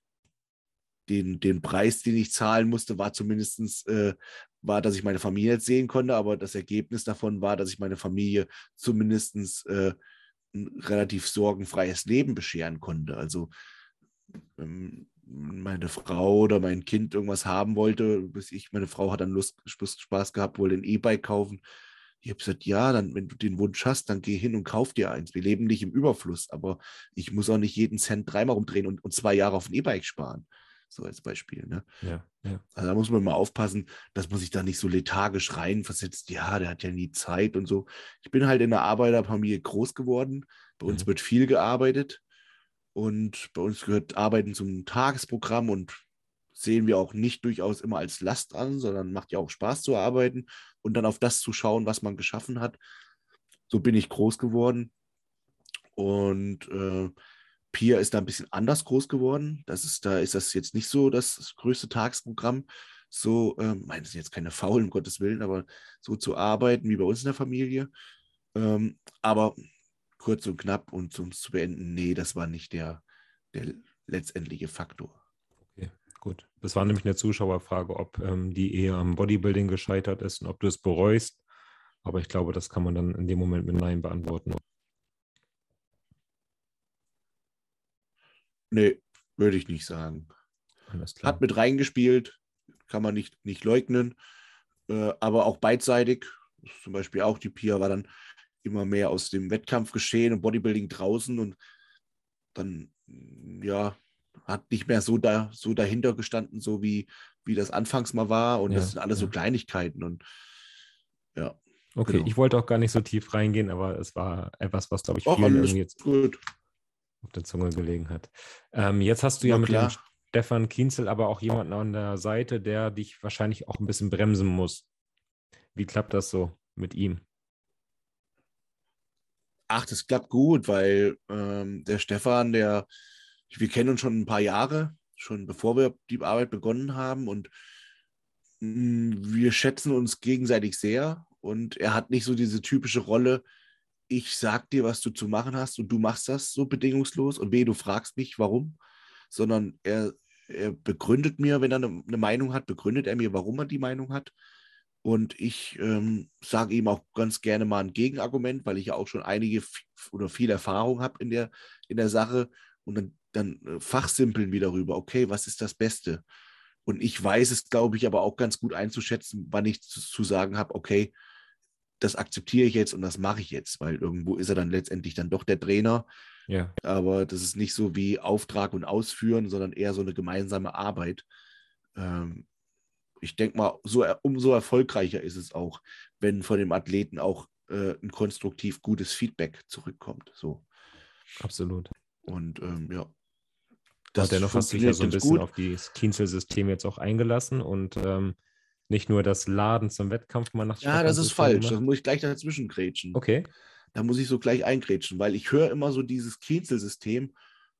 den, den Preis, den ich zahlen musste, war zumindest, äh, war, dass ich meine Familie jetzt sehen konnte, aber das Ergebnis davon war, dass ich meine Familie zumindest äh, ein relativ sorgenfreies Leben bescheren konnte. Also ähm, meine Frau oder mein Kind irgendwas haben wollte, bis ich, meine Frau hat dann Lust, Spaß gehabt, wollte ein E-Bike kaufen. Ich habe gesagt, ja, dann, wenn du den Wunsch hast, dann geh hin und kauf dir eins. Wir leben nicht im Überfluss, aber ich muss auch nicht jeden Cent dreimal rumdrehen und, und zwei Jahre auf ein E-Bike sparen. So als Beispiel. Ne? Ja, ja. Also da muss man mal aufpassen, dass man sich da nicht so lethargisch reinversetzt. Ja, der hat ja nie Zeit und so. Ich bin halt in einer Arbeiterfamilie groß geworden. Bei uns Mhm. wird viel gearbeitet. Und bei uns gehört Arbeiten zum Tagesprogramm und sehen wir auch nicht durchaus immer als Last an, sondern macht ja auch Spaß zu arbeiten und dann auf das zu schauen, was man geschaffen hat. So bin ich groß geworden. Und äh, Pia ist da ein bisschen anders groß geworden. Das ist, da ist das jetzt nicht so das größte Tagesprogramm. So, ähm, meine, das sind jetzt keine Faulen, um Gottes Willen, aber so zu arbeiten wie bei uns in der Familie. Ähm, aber kurz und knapp und zum zu beenden, nee, das war nicht der, der letztendliche Faktor. Okay, gut. Das war nämlich eine Zuschauerfrage, ob ähm, die eher am Bodybuilding gescheitert ist und ob du es bereust. Aber ich glaube, das kann man dann in dem Moment mit Nein beantworten. Nee, würde ich nicht sagen. Alles klar. Hat mit reingespielt, kann man nicht, nicht leugnen, äh, aber auch beidseitig. Zum Beispiel auch die Pia war dann immer mehr aus dem Wettkampf geschehen und Bodybuilding draußen und dann, ja, hat nicht mehr so, da, so dahinter gestanden, so wie, wie das anfangs mal war. Und Ja, das sind alles so ja. Kleinigkeiten. Und ja, Okay, genau. ich wollte auch gar nicht so tief reingehen, aber es war etwas, was, glaube ich, Auch vielen alles irgendwie jetzt gut. auf der Zunge gelegen hat. Ähm, jetzt hast du ja Na mit dem klar. Stefan Kienzel aber auch jemanden an der Seite, der dich wahrscheinlich auch ein bisschen bremsen muss. Wie klappt das so mit ihm? Ach, das klappt gut, weil ähm, der Stefan, der, wir kennen uns schon ein paar Jahre, schon bevor wir die Arbeit begonnen haben und mh, wir schätzen uns gegenseitig sehr und er hat nicht so diese typische Rolle, ich sag dir, was du zu machen hast und du machst das so bedingungslos und weh, du fragst mich, warum, sondern er, er begründet mir, wenn er eine, eine Meinung hat, begründet er mir, warum er die Meinung hat. Und ich ähm, sage ihm auch ganz gerne mal ein Gegenargument, weil ich ja auch schon einige f- oder viel Erfahrung habe in der, in der Sache. Und dann dann äh, fachsimpeln wir darüber, okay, was ist das Beste? Und ich weiß es, glaube ich, aber auch ganz gut einzuschätzen, wann ich zu, zu sagen habe, okay, das akzeptiere ich jetzt und das mache ich jetzt, weil irgendwo ist er dann letztendlich dann doch der Trainer. Ja. Aber das ist nicht so wie Auftrag und Ausführen, sondern eher so eine gemeinsame Arbeit. Ähm, ich denke mal, so, umso erfolgreicher ist es auch, wenn von dem Athleten auch äh, ein konstruktiv gutes Feedback zurückkommt. So. Absolut. Und ähm, ja, Aber das dennoch hast du dich ja funktioniert so ein ganz bisschen gut. auf das Kienzel-System jetzt auch eingelassen und ähm, nicht nur das Laden zum Wettkampf mal nach Ja, das Stefans ist System falsch. Das gemacht. muss ich gleich dazwischen grätschen. Okay. Da muss ich so gleich eingrätschen, weil ich höre immer so dieses Kienzelsystem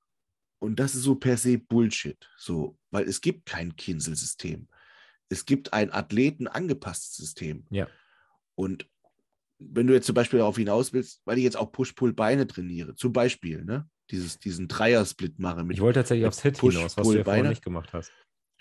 und das ist so per se Bullshit. So, weil es gibt kein Kienzelsystem. Es gibt ein Athleten angepasstes System. Ja. Und wenn du jetzt zum Beispiel darauf hinaus willst, weil ich jetzt auch Push-Pull-Beine trainiere, zum Beispiel, ne? Dieses, diesen Dreier-Split mache mit, Ich wollte tatsächlich mit aufs Hit hinaus, was du ja vorher Push-Pull-Beine. nicht gemacht hast.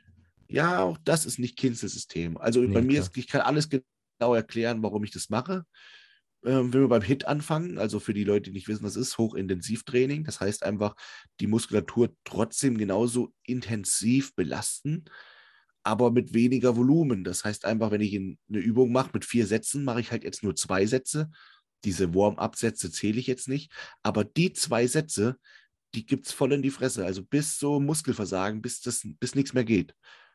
Ja, auch das ist nicht Kienzelsystem. Also bei Nee, mir klar. ist, ich kann alles genau erklären, warum ich das mache. Ähm, wenn wir beim Hit anfangen, also für die Leute, die nicht wissen, was ist, Hochintensivtraining. Das heißt einfach, die Muskulatur trotzdem genauso intensiv belasten, aber mit weniger Volumen. Das heißt einfach, wenn ich eine Übung mache mit vier Sätzen, mache ich halt jetzt nur zwei Sätze. Diese Warm-up-Sätze zähle ich jetzt nicht. Aber die zwei Sätze, die gibt es voll in die Fresse. Also bis so Muskelversagen, bis, das, bis nichts mehr geht.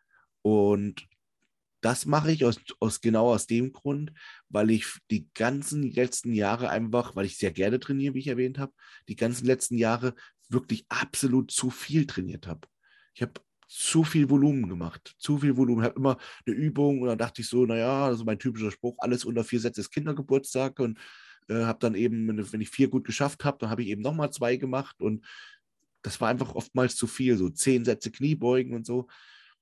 Und das mache ich aus, aus genau aus dem Grund, weil ich die ganzen letzten Jahre einfach, weil ich sehr gerne trainiere, wie ich erwähnt habe, die ganzen letzten Jahre wirklich absolut zu viel trainiert habe. Ich habe zu viel Volumen gemacht, zu viel Volumen. Ich habe immer eine Übung und dann dachte ich so, naja, das ist mein typischer Spruch, alles unter vier Sätze ist Kindergeburtstag und äh, habe dann eben, wenn ich vier gut geschafft habe, dann habe ich eben nochmal zwei gemacht und das war einfach oftmals zu viel, so zehn Sätze Kniebeugen und so.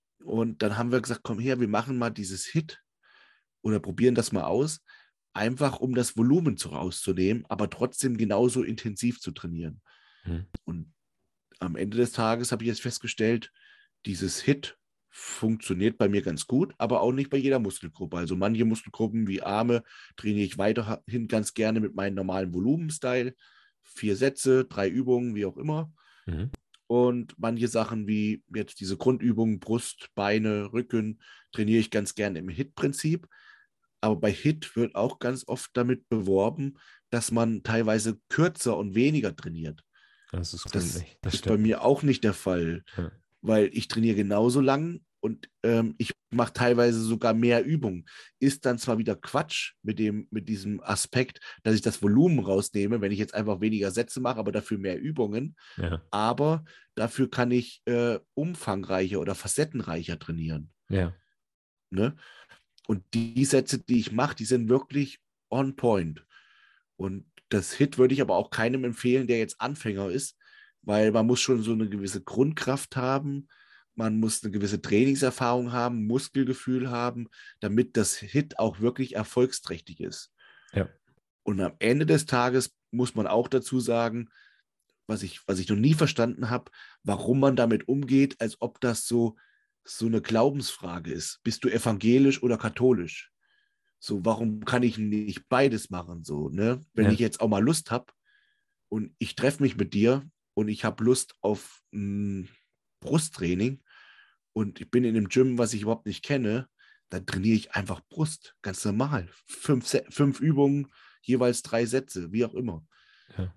Und dann haben wir gesagt, komm her, wir machen mal dieses Hit oder probieren das mal aus, einfach um das Volumen zu rauszunehmen, aber trotzdem genauso intensiv zu trainieren. Hm. Und am Ende des Tages habe ich jetzt festgestellt, dieses Hit funktioniert bei mir ganz gut, aber auch nicht bei jeder Muskelgruppe. Also manche Muskelgruppen wie Arme trainiere ich weiterhin ganz gerne mit meinem normalen Volumenstyle. Vier Sätze, drei Übungen, wie auch immer. Mhm. Und manche Sachen wie jetzt diese Grundübungen, Brust, Beine, Rücken, trainiere ich ganz gerne im Hit-Prinzip. Aber bei Hit wird auch ganz oft damit beworben, dass man teilweise kürzer und weniger trainiert. Das ist Das nicht. Das ist bei stimmt. mir auch nicht der Fall, Ja. weil ich trainiere genauso lang und ähm, ich mache teilweise sogar mehr Übungen. Ist dann zwar wieder Quatsch mit dem, mit diesem Aspekt, dass ich das Volumen rausnehme, wenn ich jetzt einfach weniger Sätze mache, aber dafür mehr Übungen. Ja. Aber dafür kann ich äh, umfangreicher oder facettenreicher trainieren. Ja. Ne? Und die Sätze, die ich mache, die sind wirklich on point. Und das Hit würde ich aber auch keinem empfehlen, der jetzt Anfänger ist, weil man muss schon so eine gewisse Grundkraft haben, man muss eine gewisse Trainingserfahrung haben, Muskelgefühl haben, damit das Hit auch wirklich erfolgsträchtig ist. Ja. Und am Ende des Tages muss man auch dazu sagen, was ich, was ich noch nie verstanden habe, warum man damit umgeht, als ob das so, so eine Glaubensfrage ist. Bist du evangelisch oder katholisch? So, warum kann ich nicht beides machen? So, ne? Wenn Ja. ich jetzt auch mal Lust habe und ich treffe mich mit dir und ich habe Lust auf ein Brusttraining und ich bin in einem Gym, was ich überhaupt nicht kenne, dann trainiere ich einfach Brust, ganz normal. Fünf, Se- fünf Übungen, jeweils drei Sätze, wie auch immer. Ja.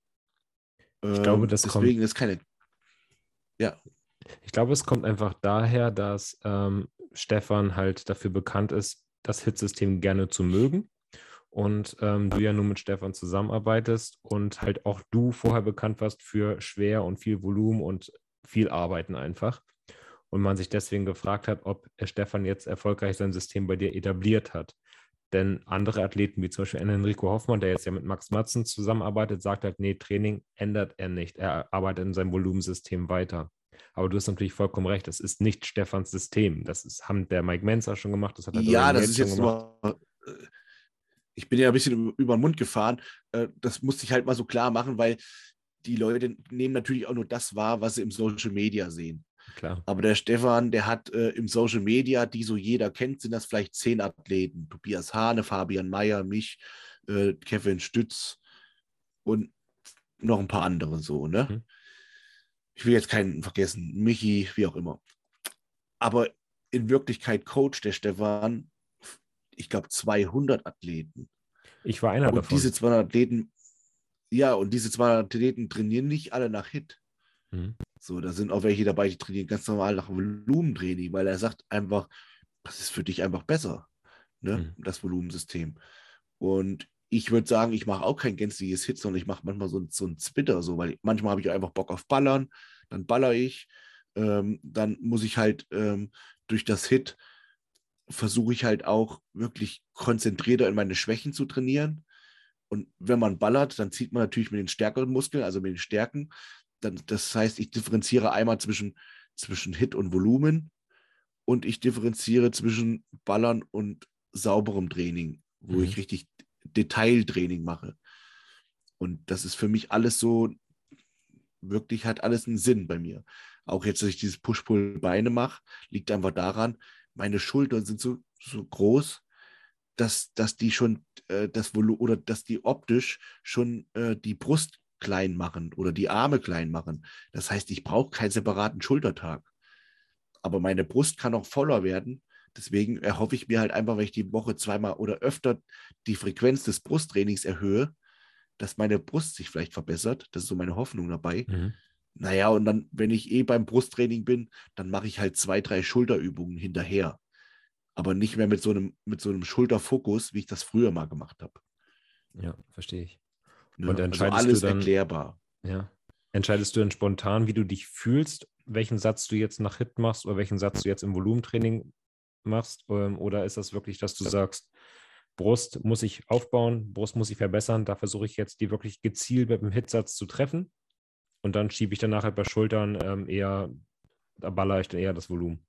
Ich glaube, Ähm, das deswegen kommt. ist keine, ja, Ich glaube, es kommt einfach daher, dass ähm, Stefan halt dafür bekannt ist, das Hit-System gerne zu mögen. Und ähm, du ja nur mit Stefan zusammenarbeitest und halt auch du vorher bekannt warst für schwer und viel Volumen und viel Arbeiten einfach. Und man sich deswegen gefragt hat, ob Stefan jetzt erfolgreich sein System bei dir etabliert hat. Denn andere Athleten, wie zum Beispiel Enrico Hoffmann, der jetzt ja mit Max Matzen zusammenarbeitet, sagt halt, nee, Training ändert er nicht. Er arbeitet in seinem Volumensystem weiter. Aber du hast natürlich vollkommen recht, das ist nicht Stefans System. Das ist, haben der Mike Menzer schon gemacht, das hat der ja, Dorian das Yates ist schon jetzt gemacht. nur, äh, ich bin ja ein bisschen über, über den Mund gefahren. Äh, das musste ich halt mal so klar machen, weil die Leute nehmen natürlich auch nur das wahr, was sie im Social Media sehen. Klar. Aber der Stefan, der hat äh, im Social Media, die so jeder kennt, sind das vielleicht zehn Athleten. Tobias Hane, Fabian Mayer, mich, äh, Kevin Stütz und noch ein paar andere so, ne? Hm. ich will jetzt keinen vergessen, Michi, wie auch immer. Aber in Wirklichkeit coacht der Stefan, ich glaube, zweihundert Athleten. Ich war einer Und davon. diese zweihundert Athleten, ja, und diese zweihundert Athleten trainieren nicht alle nach Hit. Mhm. So, da sind auch welche dabei, die trainieren ganz normal nach Volumentraining, weil er sagt einfach, das ist für dich einfach besser, ne, Mhm. das Volumensystem. Und ich würde sagen, ich mache auch kein gänzliches Hit, sondern ich mache manchmal so, so einen Zwitter, so, weil manchmal habe ich einfach Bock auf Ballern, dann baller ich, ähm, dann muss ich halt ähm, durch das Hit versuche ich halt auch wirklich konzentrierter in meine Schwächen zu trainieren. Und wenn man ballert, dann zieht man natürlich mit den stärkeren Muskeln, also mit den Stärken. Dann, das heißt, ich differenziere einmal zwischen, zwischen Hit und Volumen und ich differenziere zwischen Ballern und sauberem Training, wo Mhm. ich richtig Detailtraining mache. Und das ist für mich alles so, wirklich hat alles einen Sinn bei mir. Auch jetzt, dass ich dieses Push-Pull-Beine mache, liegt einfach daran, meine Schultern sind so, so groß, dass, dass die schon äh, das Volumen oder dass die optisch schon äh, die Brust klein machen oder die Arme klein machen. Das heißt, ich brauche keinen separaten Schultertag. Aber meine Brust kann auch voller werden. Deswegen erhoffe ich mir halt einfach, wenn ich die Woche zweimal oder öfter die Frequenz des Brusttrainings erhöhe, dass meine Brust sich vielleicht verbessert. Das ist so meine Hoffnung dabei. Mhm. Naja, und dann, wenn ich eh beim Brusttraining bin, dann mache ich halt zwei, drei Schulterübungen hinterher. Aber nicht mehr mit so einem, mit so einem Schulterfokus, wie ich das früher mal gemacht habe. Ja, verstehe ich. Ne? Und Also entscheidest du alles dann, erklärbar. ja, entscheidest du dann spontan, wie du dich fühlst, welchen Satz du jetzt nach Hit machst oder welchen Satz du jetzt im Volumentraining machst? Ähm, Oder ist das wirklich, dass du sagst, Brust muss ich aufbauen, Brust muss ich verbessern, da versuche ich jetzt die wirklich gezielt mit dem Hitsatz zu treffen und dann schiebe ich danach halt bei Schultern ähm, eher, da baller ich dann eher das Volumen.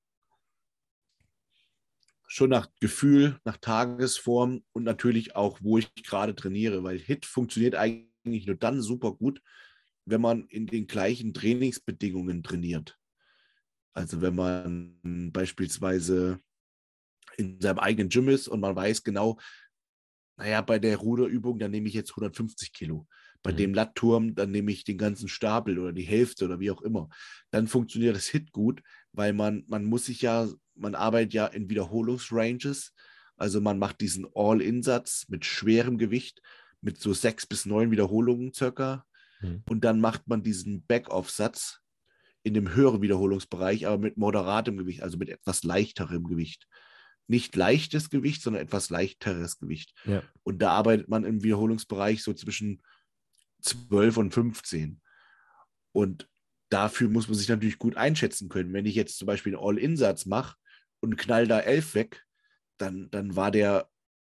Schon nach Gefühl, nach Tagesform und natürlich auch, wo ich gerade trainiere, weil Hit funktioniert eigentlich nur dann super gut, wenn man in den gleichen Trainingsbedingungen trainiert. Also wenn man beispielsweise in seinem eigenen Gym ist und man weiß genau, naja, bei der Ruderübung, dann nehme ich jetzt hundertfünfzig Kilo. Bei Mhm. dem Lattturm, dann nehme ich den ganzen Stapel oder die Hälfte oder wie auch immer. Dann funktioniert das Hit gut, weil man, man muss sich ja, man arbeitet ja in Wiederholungsranges. Also man macht diesen All-In-Satz mit schwerem Gewicht, mit so sechs bis neun Wiederholungen circa. Mhm. Und dann macht man diesen Back-Off-Satz in dem höheren Wiederholungsbereich, aber mit moderatem Gewicht, also mit etwas leichterem Gewicht. Nicht leichtes Gewicht, sondern etwas leichteres Gewicht. Ja. Und da arbeitet man im Wiederholungsbereich so zwischen zwölf und fünfzehn. Und dafür muss man sich natürlich gut einschätzen können. Wenn ich jetzt zum Beispiel einen All-In-Satz mache und knall da elf weg, dann, dann war der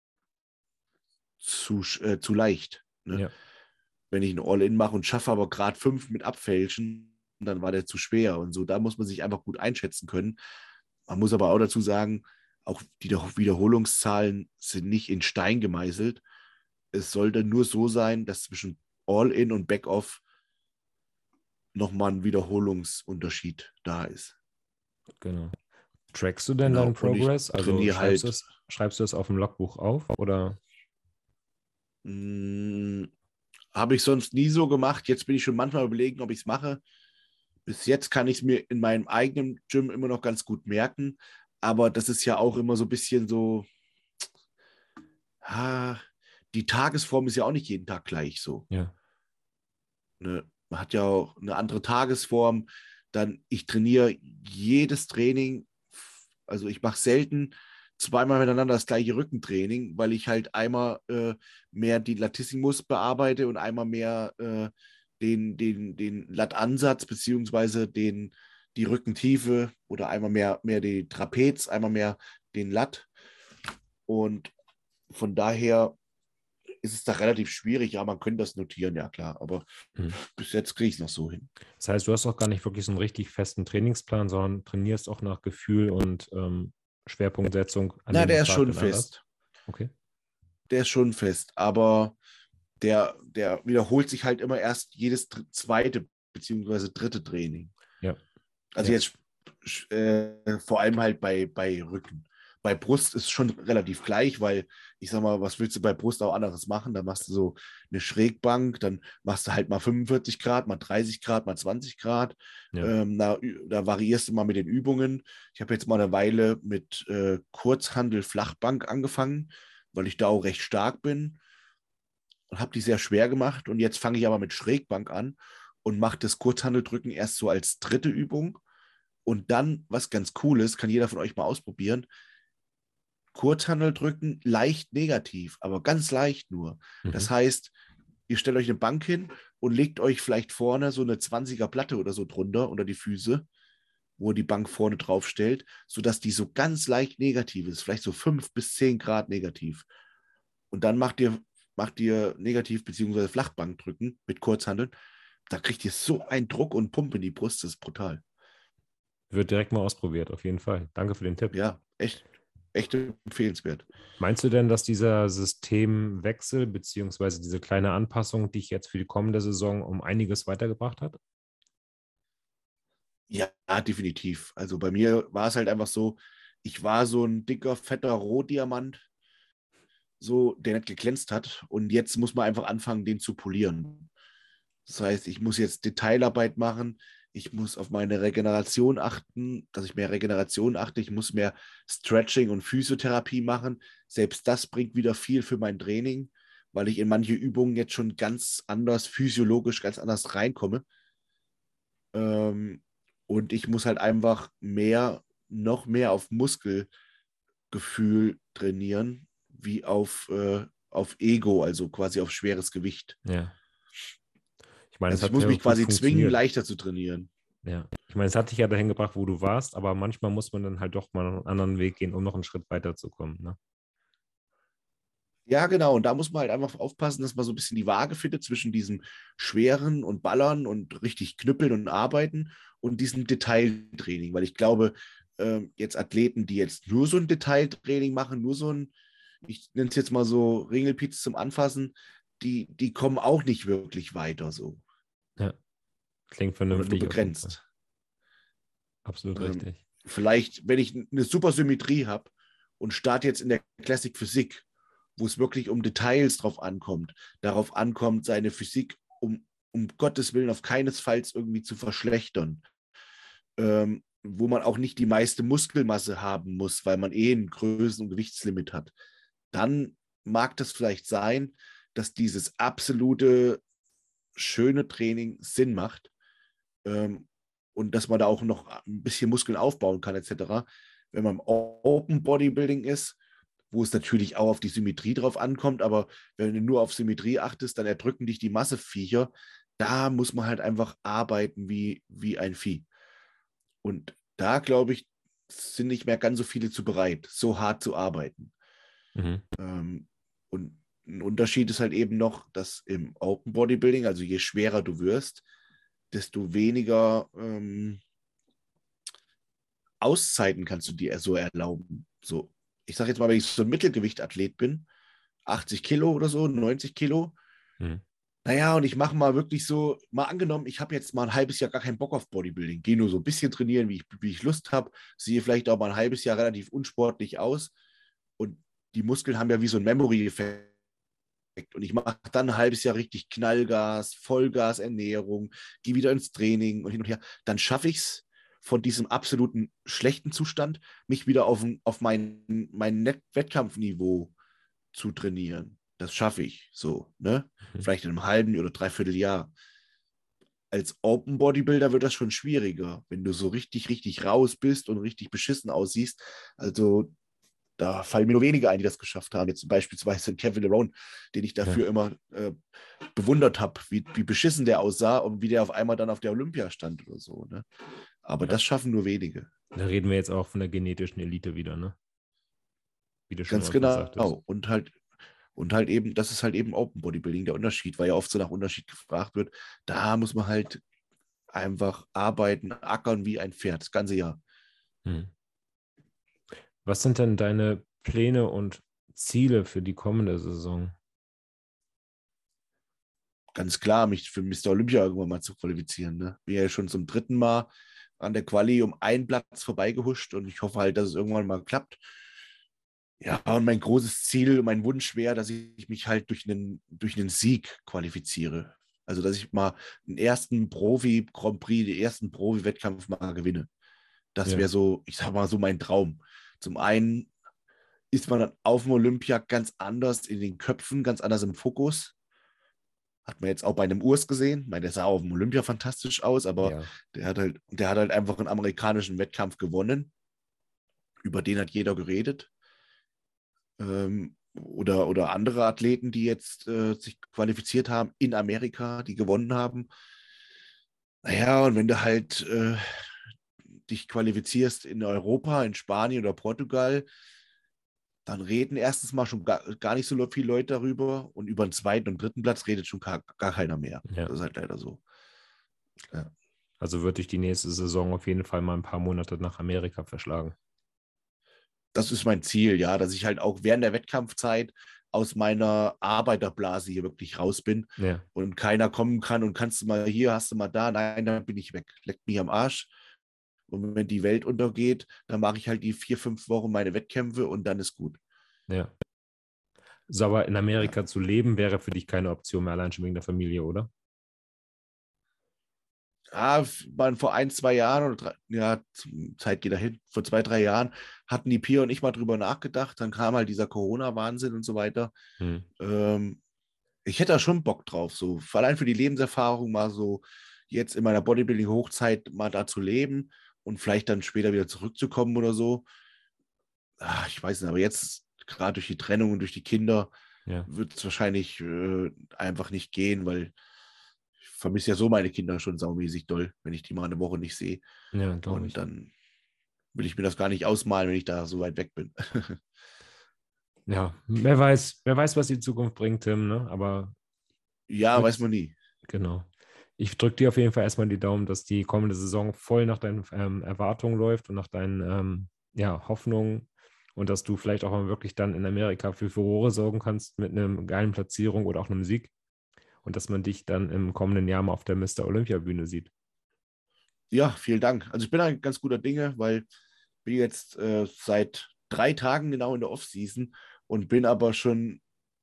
zu, äh, zu leicht. Ne? Ja. Wenn ich einen All-In mache und schaffe aber gerade fünf mit Abfälschen, dann war der zu schwer. Und so, da muss man sich einfach gut einschätzen können. Man muss aber auch dazu sagen, auch die Wiederholungszahlen sind nicht in Stein gemeißelt. Es sollte nur so sein, dass zwischen All-In und Back-Off nochmal ein Wiederholungsunterschied da ist. Genau. Trackst du denn Genau. deinen Progress? Und ich Also trainiere schreibst, halt, du es, schreibst du es auf dem Logbuch auf oder? mh, habe ich sonst nie so gemacht. Jetzt bin ich schon manchmal überlegen, ob ich es mache. Bis jetzt kann ich es mir in meinem eigenen Gym immer noch ganz gut merken. Aber das ist ja auch immer so ein bisschen so, ah, die Tagesform ist ja auch nicht jeden Tag gleich so. Ja. Ne? Man hat ja auch eine andere Tagesform. Dann, ich trainiere jedes Training, also ich mache selten zweimal miteinander das gleiche Rückentraining, weil ich halt einmal äh, mehr die Latissimus bearbeite und einmal mehr äh, den, den, den Lattansatz beziehungsweise den, die Rückentiefe oder einmal mehr, mehr die Trapez, einmal mehr den Lat. Und von daher ist es da relativ schwierig. Ja, man könnte das notieren, ja klar, aber Mhm. bis jetzt kriege ich es noch so hin. Das heißt, du hast auch gar nicht wirklich so einen richtig festen Trainingsplan, sondern trainierst auch nach Gefühl und ähm, Schwerpunktsetzung an Na, dem der ist Tag schon dann anders. fest. Okay. Der ist schon fest, aber der, der wiederholt sich halt immer erst jedes dr- zweite beziehungsweise dritte Training. Ja. Also Ja. jetzt äh, vor allem halt bei, bei Rücken. bei Brust ist es schon relativ gleich, weil ich sag mal, was willst du bei Brust auch anderes machen? Da machst du so eine Schrägbank, dann machst du halt mal fünfundvierzig Grad, mal dreißig Grad, mal zwanzig Grad. Ja. Ähm, da, da variierst du mal mit den Übungen. Ich habe jetzt mal eine Weile mit äh, Kurzhandel Flachbank angefangen, weil ich da auch recht stark bin und habe die sehr schwer gemacht. Und jetzt fange ich aber mit Schrägbank an und mache das Kurzhandeldrücken erst so als dritte Übung. Und dann, was ganz cool ist, kann jeder von euch mal ausprobieren, Kurzhandel drücken, leicht negativ, aber ganz leicht nur. Mhm. Das heißt, ihr stellt euch eine Bank hin und legt euch vielleicht vorne so eine zwanziger Platte oder so drunter, unter die Füße, wo ihr die Bank vorne drauf stellt, sodass die so ganz leicht negativ ist, vielleicht so fünf bis zehn Grad negativ. Und dann macht ihr, macht ihr negativ bzw. Flachbank drücken mit Kurzhandeln. Da kriegt ihr so einen Druck und Pump in die Brust, das ist brutal. Wird direkt mal ausprobiert, auf jeden Fall. Danke für den Tipp. Ja, echt, echt empfehlenswert. Meinst du denn, dass dieser Systemwechsel beziehungsweise diese kleine Anpassung dich jetzt für die kommende Saison um einiges weitergebracht hat? Ja, definitiv. Also bei mir war es halt einfach so, ich war so ein dicker, fetter Rohdiamant, so, der nicht geglänzt hat. Und jetzt muss man einfach anfangen, den zu polieren. Das heißt, ich muss jetzt Detailarbeit machen. Ich muss auf meine Regeneration achten, dass ich mehr Regeneration achte. Ich muss mehr Stretching und Physiotherapie machen. Selbst das bringt wieder viel für mein Training, weil ich in manche Übungen jetzt schon ganz anders, physiologisch ganz anders reinkomme. Ähm, und ich muss halt einfach mehr, noch mehr auf Muskelgefühl trainieren, wie auf, äh, auf Ego, also quasi auf schweres Gewicht. Ja. Ich meine, Also es ich hat muss ja mich gut quasi zwingen, funktioniert. leichter zu trainieren. Ja. Ich meine, es hat dich ja dahin gebracht, wo du warst, aber manchmal muss man dann halt doch mal einen anderen Weg gehen, um noch einen Schritt weiterzukommen. Ne? Ja, genau. Und da muss man halt einfach aufpassen, dass man so ein bisschen die Waage findet zwischen diesem Schweren und Ballern und richtig knüppeln und arbeiten und diesem Detailtraining. Weil ich glaube, ähm, jetzt Athleten, die jetzt nur so ein Detailtraining machen, nur so ein, ich nenne es jetzt mal so Ringelpiez zum Anfassen, die, die kommen auch nicht wirklich weiter so. Ja. Klingt Oder nur vernünftig. auf jeden Fall. begrenzt. Absolut Ähm, richtig. Vielleicht, wenn ich eine super Symmetrie habe und starte jetzt in der Classic Physik, wo es wirklich um Details drauf ankommt, darauf ankommt, seine Physik um, um Gottes Willen auf keinesfalls irgendwie zu verschlechtern, ähm, wo man auch nicht die meiste Muskelmasse haben muss, weil man eh ein Größen- und Gewichtslimit hat, dann mag das vielleicht sein, dass dieses absolute schöne Training Sinn macht, ähm, und dass man da auch noch ein bisschen Muskeln aufbauen kann, et cetera. Wenn man im Open Bodybuilding ist, wo es natürlich auch auf die Symmetrie drauf ankommt, aber wenn du nur auf Symmetrie achtest, dann erdrücken dich die Masseviecher. Da muss man halt einfach arbeiten wie, wie ein Vieh. Und da, glaube ich, sind nicht mehr ganz so viele zu bereit, so hart zu arbeiten. Mhm. Ähm, und ein Unterschied ist halt eben noch, dass im Open Bodybuilding, also je schwerer du wirst, desto weniger ähm, Auszeiten kannst du dir so erlauben. So, ich sage jetzt mal, wenn ich so ein Mittelgewichtathlet bin, achtzig Kilo oder so, neunzig Kilo, Mhm. naja, und ich mache mal wirklich so, mal angenommen, ich habe jetzt mal ein halbes Jahr gar keinen Bock auf Bodybuilding, gehe nur so ein bisschen trainieren, wie ich, wie ich Lust habe, sehe vielleicht auch mal ein halbes Jahr relativ unsportlich aus und die Muskeln haben ja wie so ein Memory-Effekt. Und ich mache dann ein halbes Jahr richtig Knallgas, Vollgas, Ernährung, gehe wieder ins Training und hin und her. Dann schaffe ich es von diesem absoluten schlechten Zustand, mich wieder auf, auf mein, mein Wettkampfniveau zu trainieren. Das schaffe ich so, ne? Mhm. Vielleicht in einem halben oder dreiviertel Jahr. Als Open Bodybuilder wird das schon schwieriger, wenn du so richtig, richtig raus bist und richtig beschissen aussiehst. Also da fallen mir nur wenige ein, die das geschafft haben. Jetzt beispielsweise Kevin Lerone, den ich dafür Ja. immer äh, bewundert habe, wie, wie beschissen der aussah und wie der auf einmal dann auf der Olympia stand oder so. Ne? Aber Ja. das schaffen nur wenige. Da reden wir jetzt auch von der genetischen Elite wieder, ne? Wie du schon Ganz mal gesagt hast. genau. Und halt, und halt eben, das ist halt eben Open Bodybuilding, der Unterschied, weil ja oft so nach Unterschied gefragt wird. Da muss man halt einfach arbeiten, ackern wie ein Pferd, das ganze Jahr. Hm. Was sind denn deine Pläne und Ziele für die kommende Saison? Ganz klar, mich für Mister Olympia irgendwann mal zu qualifizieren. Ne? Bin ja schon zum dritten Mal an der Quali um einen Platz vorbeigehuscht und ich hoffe halt, dass es irgendwann mal klappt. Ja, und mein großes Ziel, mein Wunsch wäre, dass ich mich halt durch einen, durch einen Sieg qualifiziere. Also, dass ich mal den ersten Profi-Grand Prix, den ersten Profi-Wettkampf mal gewinne. Das Ja, wäre so, ich sag mal, so mein Traum. Zum einen ist man dann auf dem Olympia ganz anders in den Köpfen, ganz anders im Fokus. Hat man jetzt auch bei einem Urs gesehen. Ich meine, der sah auf dem Olympia fantastisch aus, aber ja, der hat halt, der hat halt einfach einen amerikanischen Wettkampf gewonnen. Über den hat jeder geredet. Ähm, oder, oder andere Athleten, die jetzt äh, sich qualifiziert haben in Amerika, die gewonnen haben. Naja, und wenn du halt äh, dich qualifizierst in Europa, in Spanien oder Portugal, dann reden erstens mal schon gar, gar nicht so viele Leute darüber und über den zweiten und dritten Platz redet schon gar, gar keiner mehr. ja. Das ist halt leider so. Ja. Also würde ich die nächste Saison auf jeden Fall mal ein paar Monate nach Amerika verschlagen. Das ist mein Ziel, ja, dass ich halt auch während der Wettkampfzeit aus meiner Arbeiterblase hier wirklich raus bin Ja, und keiner kommen kann und kannst du mal hier, hast du mal da, nein, dann bin ich weg. Leckt mich am Arsch. Und wenn die Welt untergeht, dann mache ich halt die vier, fünf Wochen meine Wettkämpfe und dann ist gut. ja. So, aber in Ja. Amerika zu leben, wäre für dich keine Option mehr, allein schon wegen der Familie, oder? Ah, man, vor ein, zwei Jahren oder drei, ja, Zeit geht dahin, vor zwei, drei Jahren hatten die Pia und ich mal drüber nachgedacht. Dann kam halt dieser Corona-Wahnsinn und so weiter. Hm. Ähm, ich hätte da schon Bock drauf, so allein für die Lebenserfahrung mal so jetzt in meiner Bodybuilding-Hochzeit mal da zu leben und vielleicht dann später wieder zurückzukommen oder so. Ah, ich weiß nicht, aber jetzt gerade durch die Trennung und durch die Kinder Ja, wird es wahrscheinlich äh, einfach nicht gehen, weil ich vermisse ja so meine Kinder schon saumäßig doll, wenn ich die mal eine Woche nicht sehe. ja, glaube Und ich. dann will ich mir das gar nicht ausmalen, wenn ich da so weit weg bin. Ja, wer weiß, wer weiß, was die Zukunft bringt, Tim, ne? Aber Ja, weiß drück's, man nie. genau. Ich drücke dir auf jeden Fall erstmal die Daumen, dass die kommende Saison voll nach deinen ähm, Erwartungen läuft und nach deinen ähm, ja, Hoffnungen und dass du vielleicht auch mal wirklich dann in Amerika für Furore sorgen kannst mit einer geilen Platzierung oder auch einem Sieg und dass man dich dann im kommenden Jahr mal auf der Mister Olympia-Bühne sieht. Ja, vielen Dank. Also ich bin ein ganz guter Dinge, weil ich bin jetzt äh, seit drei Tagen genau in der Offseason und bin aber schon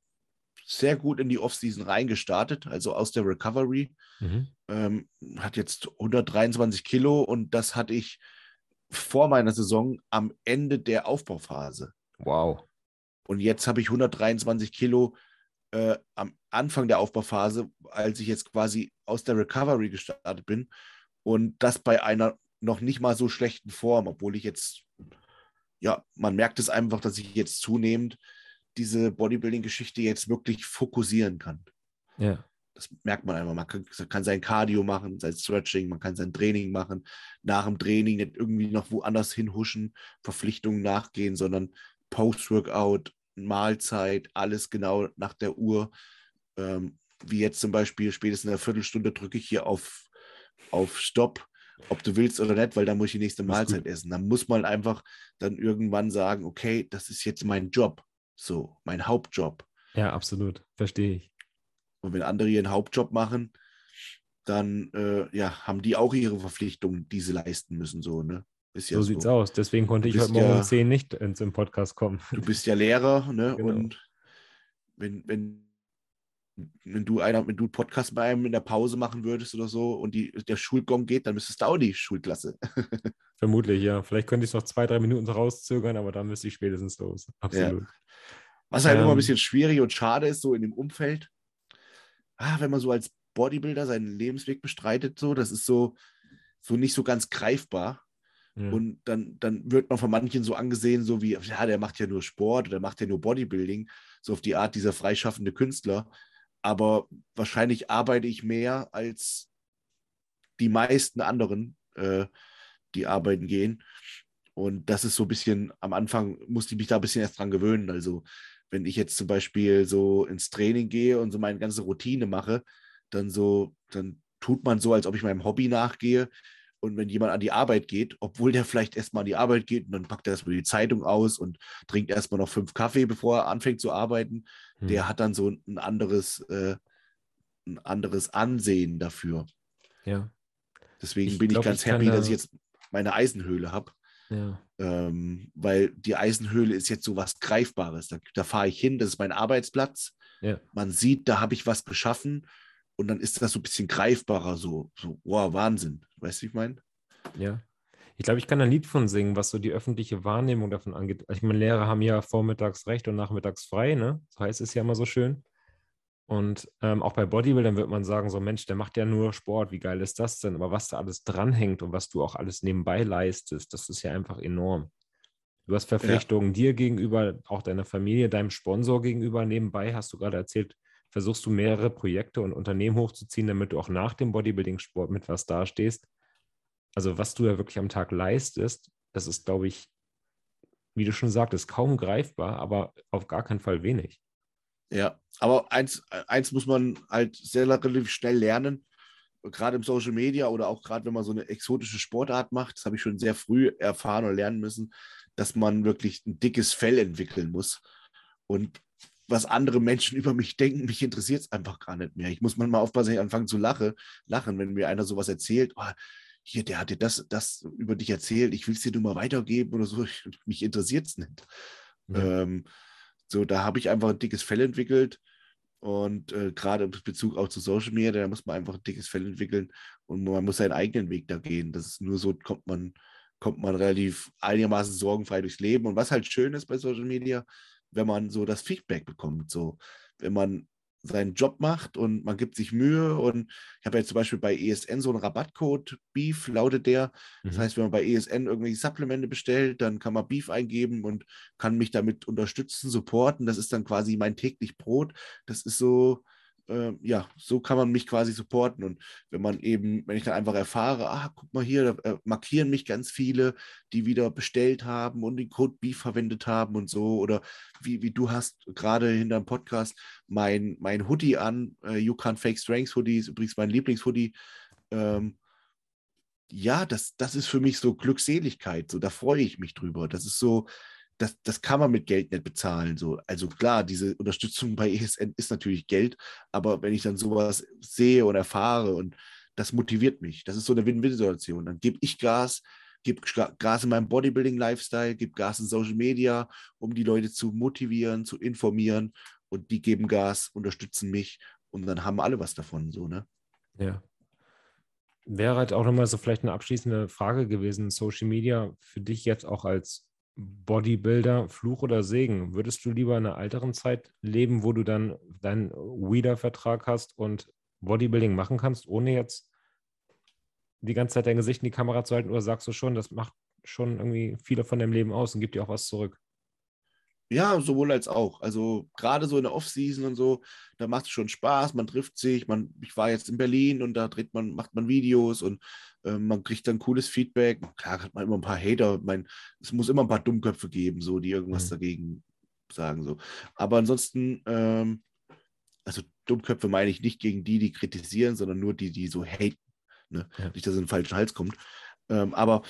sehr gut in die Offseason reingestartet, also aus der Recovery. Mhm. Ähm, hat jetzt hundertdreiundzwanzig Kilo und das hatte ich vor meiner Saison am Ende der Aufbauphase. Wow. Und jetzt habe ich hundertdreiundzwanzig Kilo äh, am Anfang der Aufbauphase, als ich jetzt quasi aus der Recovery gestartet bin. Und das bei einer noch nicht mal so schlechten Form, obwohl ich jetzt, ja, man merkt es einfach, dass ich jetzt zunehmend diese Bodybuilding-Geschichte jetzt wirklich fokussieren kann. Ja. Das merkt man einfach. Man kann, kann sein Cardio machen, sein Stretching, man kann sein Training machen. Nach dem Training nicht irgendwie noch woanders hinhuschen, Verpflichtungen nachgehen, sondern Post-Workout, Mahlzeit, alles genau nach der Uhr. Ähm, wie jetzt zum Beispiel, spätestens in einer Viertelstunde drücke ich hier auf, auf Stopp, ob du willst oder nicht, weil dann muss ich die nächste Das ist Mahlzeit gut. essen. Dann muss man einfach dann irgendwann sagen, okay, das ist jetzt mein Job, so, mein Hauptjob. Ja, absolut. Verstehe ich. Und wenn andere ihren Hauptjob machen, dann äh, ja, haben die auch ihre Verpflichtungen, die sie leisten müssen. So, ne? Ist ja So sieht's so. aus. Deswegen konnte Du ich heute bist Morgen um ja, zehn nicht ins im Podcast kommen. du bist ja Lehrer, ne? Genau. Und wenn, wenn, wenn du einer, wenn du einen Podcast bei einem in der Pause machen würdest oder so und die, der Schulgong geht, dann müsstest du auch die Schulklasse. Vermutlich, ja. Vielleicht könnte ich es noch zwei, drei Minuten so rauszögern, aber dann müsste ich spätestens los. Ja. Absolut. Was halt immer ein Ähm, bisschen schwierig und schade ist, so in dem Umfeld, ah, wenn man so als Bodybuilder seinen Lebensweg bestreitet, so, das ist so, so nicht so ganz greifbar. ja. Und dann, dann wird man von manchen so angesehen, so wie, ja, der macht ja nur Sport oder macht ja nur Bodybuilding, so auf die Art dieser freischaffende Künstler. Aber wahrscheinlich arbeite ich mehr als die meisten anderen, äh, die arbeiten gehen. Und das ist so ein bisschen, am Anfang musste ich mich da ein bisschen erst dran gewöhnen. Also, wenn ich jetzt zum Beispiel so ins Training gehe und so meine ganze Routine mache, dann so, dann tut man so, als ob ich meinem Hobby nachgehe. Und wenn jemand an die Arbeit geht, obwohl der vielleicht erstmal an die Arbeit geht und dann packt er erstmal die Zeitung aus und trinkt erstmal noch fünf Kaffee, bevor er anfängt zu arbeiten, Hm. der hat dann so ein anderes, äh, ein anderes Ansehen dafür. Ja. Deswegen Ich bin ich glaube, ich ganz kann happy, dass ich da, jetzt meine Eisenhöhle habe. Ja. Ähm, weil die Eisenhöhle ist jetzt so was Greifbares. Da, da fahre ich hin, das ist mein Arbeitsplatz. Ja. Man sieht, da habe ich was geschaffen und dann ist das so ein bisschen greifbarer, so, so wow, Wahnsinn. Weißt du, wie ich meine? Ja. Ich glaube, ich kann ein Lied von singen, was so die öffentliche Wahrnehmung davon angeht. Ich meine, Lehrer haben ja vormittags recht und nachmittags frei, ne? So heißt es ja immer so schön. Und ähm, auch bei Bodybuildern wird man sagen, so Mensch, der macht ja nur Sport, wie geil ist das denn? Aber was da alles dranhängt und was du auch alles nebenbei leistest, das ist ja einfach enorm. Du hast Ja, Verpflichtungen dir gegenüber, auch deiner Familie, deinem Sponsor gegenüber. Nebenbei hast du gerade erzählt, versuchst du mehrere Projekte und Unternehmen hochzuziehen, damit du auch nach dem Bodybuilding-Sport mit was dastehst. Also was du ja wirklich am Tag leistest, das ist, glaube ich, wie du schon sagtest, kaum greifbar, aber auf gar keinen Fall wenig. ja. Aber eins, eins muss man halt sehr relativ schnell lernen, gerade im Social Media oder auch gerade wenn man so eine exotische Sportart macht, das habe ich schon sehr früh erfahren oder lernen müssen, dass man wirklich ein dickes Fell entwickeln muss. Und was andere Menschen über mich denken, mich interessiert es einfach gar nicht mehr. Ich muss manchmal aufpassen, dass ich anfange zu lache, lachen, wenn mir einer sowas erzählt. Oh, hier, der hat dir das, das über dich erzählt, ich will es dir nur mal weitergeben oder so. Ich, mich interessiert es nicht. Ja, Ähm, so, da habe ich einfach ein dickes Fell entwickelt. Und äh, gerade in Bezug auch zu Social Media, da muss man einfach ein dickes Fell entwickeln und man muss seinen eigenen Weg da gehen. Das ist nur so, kommt man, kommt man relativ einigermaßen sorgenfrei durchs Leben. Und was halt schön ist bei Social Media, wenn man so das Feedback bekommt. So, wenn man seinen Job macht und man gibt sich Mühe. Und ich habe jetzt zum Beispiel bei E S N so einen Rabattcode, Beef lautet der. Das mhm. heißt, wenn man bei E S N irgendwelche Supplemente bestellt, dann kann man Beef eingeben und kann mich damit unterstützen, supporten. Das ist dann quasi mein täglich Brot. Das ist so, äh, ja, so kann man mich quasi supporten. Und wenn man eben, wenn ich dann einfach erfahre, ah, guck mal hier, da äh, markieren mich ganz viele, die wieder bestellt haben und den Code Beef verwendet haben und so. Oder wie, wie du hast gerade hinter dem Podcast mein, mein Hoodie an, äh, You Can't Fake Strengths Hoodie, ist übrigens mein Lieblingshoodie. Ähm, ja, das, das ist für mich so Glückseligkeit. So, da freue ich mich drüber. Das ist so, das, das kann man mit Geld nicht bezahlen. So. Also klar, diese Unterstützung bei E S N ist natürlich Geld, aber wenn ich dann sowas sehe und erfahre und das motiviert mich, das ist so eine Win-Win-Situation. Dann gebe ich Gas, gebe Gas in meinem Bodybuilding-Lifestyle, gebe Gas in Social Media, um die Leute zu motivieren, zu informieren und die geben Gas, unterstützen mich und dann haben alle was davon. So, ne? Ja. Wäre halt auch nochmal so vielleicht eine abschließende Frage gewesen, Social Media für dich jetzt auch als Bodybuilder, Fluch oder Segen? Würdest du lieber in einer älteren Zeit leben, wo du dann deinen Weeder-Vertrag hast und Bodybuilding machen kannst, ohne jetzt die ganze Zeit dein Gesicht in die Kamera zu halten, oder sagst du schon, das macht schon irgendwie viele von deinem Leben aus und gibt dir auch was zurück? Ja, sowohl als auch. Also gerade so in der Off-Season und so, da macht es schon Spaß, man trifft sich, man, ich war jetzt in Berlin und da dreht man, macht man Videos und äh, man kriegt dann cooles Feedback. Klar hat man immer ein paar Hater, mein, es muss immer ein paar Dummköpfe geben, so, die irgendwas Mhm. dagegen sagen. So. Aber ansonsten, ähm, also Dummköpfe meine ich nicht gegen die, die kritisieren, sondern nur die, die so haten. Ne? Ja. Nicht, dass es in den falschen Hals kommt. Ähm, aber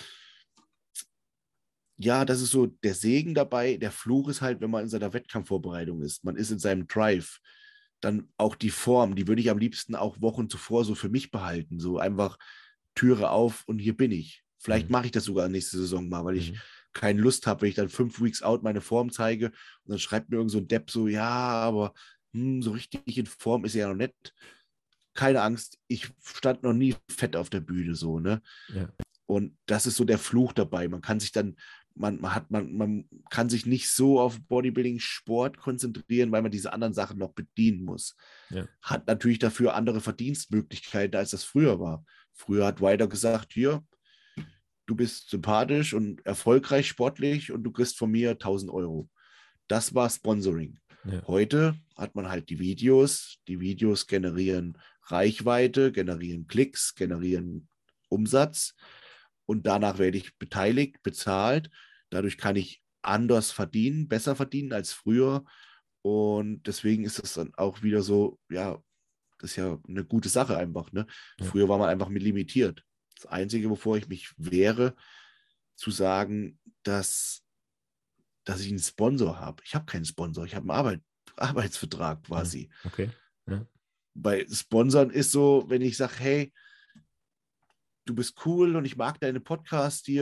ja, das ist so der Segen dabei. Der Fluch ist halt, wenn man in seiner Wettkampfvorbereitung ist. Man ist in seinem Drive. Dann auch die Form, die würde ich am liebsten auch Wochen zuvor so für mich behalten. So einfach Türe auf und hier bin ich. Vielleicht Mhm. mache ich das sogar nächste Saison mal, weil ich Mhm. keine Lust habe, wenn ich dann fünf Weeks out meine Form zeige und dann schreibt mir irgend so ein Depp so, ja, aber hm, so richtig in Form ist er ja noch nicht. Keine Angst, ich stand noch nie fett auf der Bühne so, ne? Ja. Und das ist so der Fluch dabei. Man kann sich dann, man, man hat, man, man kann sich nicht so auf Bodybuilding-Sport konzentrieren, weil man diese anderen Sachen noch bedienen muss. Ja. Hat natürlich dafür andere Verdienstmöglichkeiten, als das früher war. Früher hat Ryder gesagt, hier, du bist sympathisch und erfolgreich sportlich und du kriegst von mir tausend Euro. Das war Sponsoring. Ja. Heute hat man halt die Videos. Die Videos generieren Reichweite, generieren Klicks, generieren Umsatz und danach werde ich beteiligt, bezahlt. Dadurch kann ich anders verdienen, besser verdienen als früher. Und deswegen ist es dann auch wieder so, ja, das ist ja eine gute Sache einfach. Ne? Ja. Früher war man einfach mit limitiert. Das Einzige, wovor ich mich wehre, zu sagen, dass, dass ich einen Sponsor habe. Ich habe keinen Sponsor, ich habe einen Arbeit, Arbeitsvertrag Mhm. quasi. Okay. Ja. Bei Sponsern ist so, wenn ich sage, hey, du bist cool und ich mag deine Podcasts hier,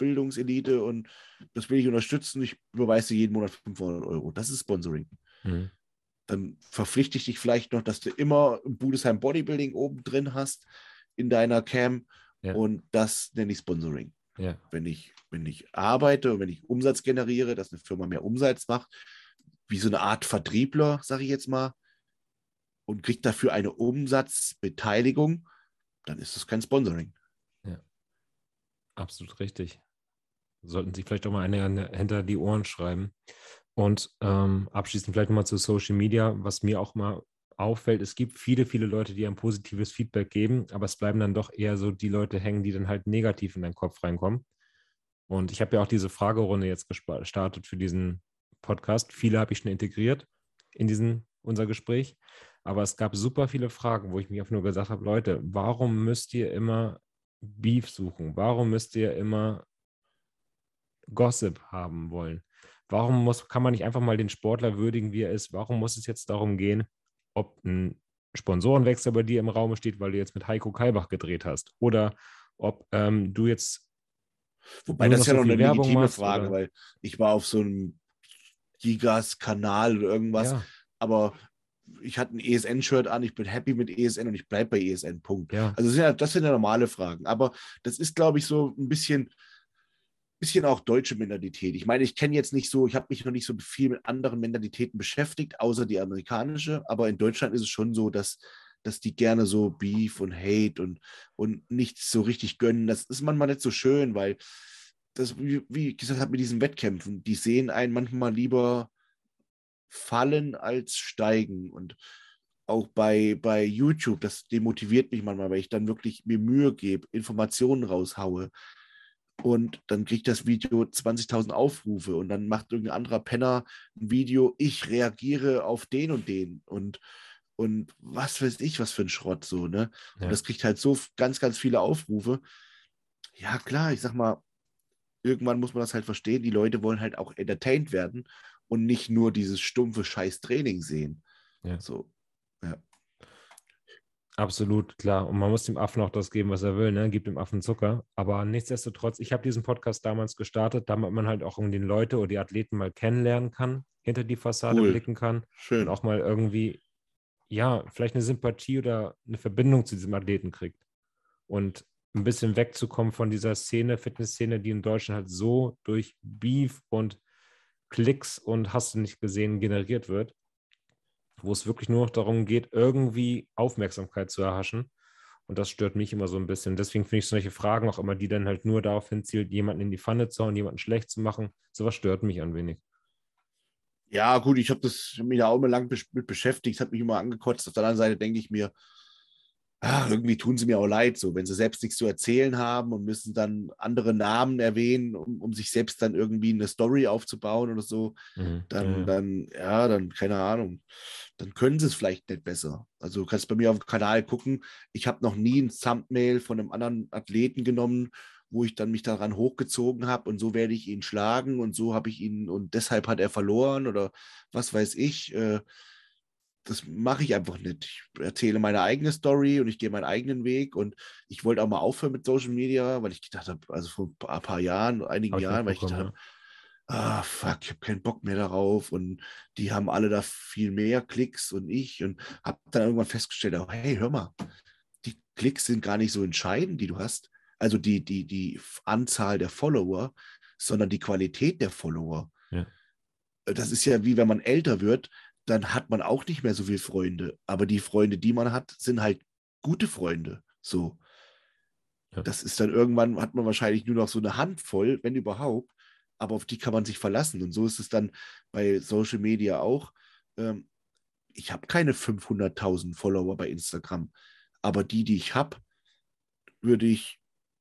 Bildungselite und das will ich unterstützen, ich überweise dir jeden Monat fünfhundert Euro. Das ist Sponsoring. Mhm. Dann verpflichte ich dich vielleicht noch, dass du immer ein Budesheim Bodybuilding oben drin hast in deiner Cam Ja. und das nenne ich Sponsoring. Ja. Wenn ich, wenn ich arbeite und wenn ich Umsatz generiere, dass eine Firma mehr Umsatz macht, wie so eine Art Vertriebler, sage ich jetzt mal, und kriegt dafür eine Umsatzbeteiligung, dann ist das kein Sponsoring. Ja. Absolut richtig. Sollten Sie vielleicht auch mal eine hinter die Ohren schreiben. Und ähm, abschließend vielleicht nochmal zu Social Media, was mir auch mal auffällt, es gibt viele, viele Leute, die ein positives Feedback geben, aber es bleiben dann doch eher so die Leute hängen, die dann halt negativ in deinen Kopf reinkommen. Und ich habe ja auch diese Fragerunde jetzt gestartet für diesen Podcast. Viele habe ich schon integriert in diesen, unser Gespräch, aber es gab super viele Fragen, wo ich mich einfach nur gesagt habe, Leute, warum müsst ihr immer Beef suchen? Warum müsst ihr immer Gossip haben wollen? Warum muss, kann man nicht einfach mal den Sportler würdigen, wie er ist? Warum muss es jetzt darum gehen, ob ein Sponsorenwechsel bei dir im Raum steht, weil du jetzt mit Heiko Kalbach gedreht hast? Oder ob ähm, du jetzt Wobei nur das noch ist ja so noch viel eine Werbung legitime machst? Frage, Oder? weil ich war auf so einem Gigas-Kanal oder irgendwas, Ja, aber ich hatte ein E S N-Shirt an, ich bin happy mit E S N und ich bleibe bei E S N, Punkt. ja, Also das sind ja, das sind ja normale Fragen, aber das ist, glaube ich, so ein bisschen, bisschen auch deutsche Mentalität. Ich meine, ich kenne jetzt nicht so, ich habe mich noch nicht so viel mit anderen Mentalitäten beschäftigt, außer die amerikanische, aber in Deutschland ist es schon so, dass, dass die gerne so Beef und Hate und, und nichts so richtig gönnen. Das ist manchmal nicht so schön, weil das, wie, wie ich gesagt habe, mit diesen Wettkämpfen, die sehen einen manchmal lieber fallen als steigen. Und auch bei, bei YouTube, das demotiviert mich manchmal, weil ich dann wirklich mir Mühe gebe, Informationen raushaue. Und dann kriegt das Video zwanzigtausend Aufrufe und dann macht irgendein anderer Penner ein Video, ich reagiere auf den und den und, und was weiß ich, was für ein Schrott so, ne? Und ja. das kriegt halt so ganz, ganz viele Aufrufe. Ja, klar, ich sag mal, irgendwann muss man das halt verstehen, die Leute wollen halt auch entertained werden und nicht nur dieses stumpfe Scheiß-Training sehen. Ja. So, ja. Absolut, klar. Und man muss dem Affen auch das geben, was er will, ne? Gibt dem Affen Zucker. Aber nichtsdestotrotz, ich habe diesen Podcast damals gestartet, damit man halt auch irgendwie die Leute oder die Athleten mal kennenlernen kann, hinter die Fassade Cool. blicken kann und Schön. auch mal irgendwie, ja, vielleicht eine Sympathie oder eine Verbindung zu diesem Athleten kriegt. Und ein bisschen wegzukommen von dieser Szene, Fitnessszene, die in Deutschland halt so durch Beef und Klicks und hast du nicht gesehen generiert wird, wo es wirklich nur noch darum geht, irgendwie Aufmerksamkeit zu erhaschen. Und das stört mich immer so ein bisschen. Deswegen finde ich solche Fragen auch immer, die dann halt nur darauf hinzielt, jemanden in die Pfanne zu hauen, jemanden schlecht zu machen. Sowas stört mich ein wenig. Ja, gut, ich habe das mich da auch immer lang besch- mit beschäftigt, es hat mich immer angekotzt. Auf der anderen Seite denke ich mir, ah, irgendwie tun sie mir auch leid, so, wenn sie selbst nichts zu erzählen haben und müssen dann andere Namen erwähnen, um, um sich selbst dann irgendwie eine Story aufzubauen oder so, Mhm. dann, Ja, dann, ja, dann, keine Ahnung, dann können sie es vielleicht nicht besser. Also du kannst bei mir auf dem Kanal gucken, ich habe noch nie ein Thumbnail von einem anderen Athleten genommen, wo ich dann mich daran hochgezogen habe und so werde ich ihn schlagen und so habe ich ihn und deshalb hat er verloren oder was weiß ich. Äh, das mache ich einfach nicht. Ich erzähle meine eigene Story und ich gehe meinen eigenen Weg und ich wollte auch mal aufhören mit Social Media, weil ich gedacht habe, also vor ein paar, paar Jahren, einigen habe ich Jahren, weil ich gedacht mitbekommen, habe, ja. ah, fuck, ich habe keinen Bock mehr darauf und die haben alle da viel mehr Klicks und ich und habe dann irgendwann festgestellt, oh, hey, hör mal, die Klicks sind gar nicht so entscheidend, die du hast, also die, die, die Anzahl der Follower, sondern die Qualität der Follower. Ja. Das ist ja wie wenn man älter wird, dann hat man auch nicht mehr so viele Freunde. Aber die Freunde, die man hat, sind halt gute Freunde. So. Ja. Das ist dann irgendwann, hat man wahrscheinlich nur noch so eine Handvoll, wenn überhaupt. Aber auf die kann man sich verlassen. Und so ist es dann bei Social Media auch. Ähm, ich habe keine fünfhunderttausend Follower bei Instagram. Aber die, die ich habe, würde ich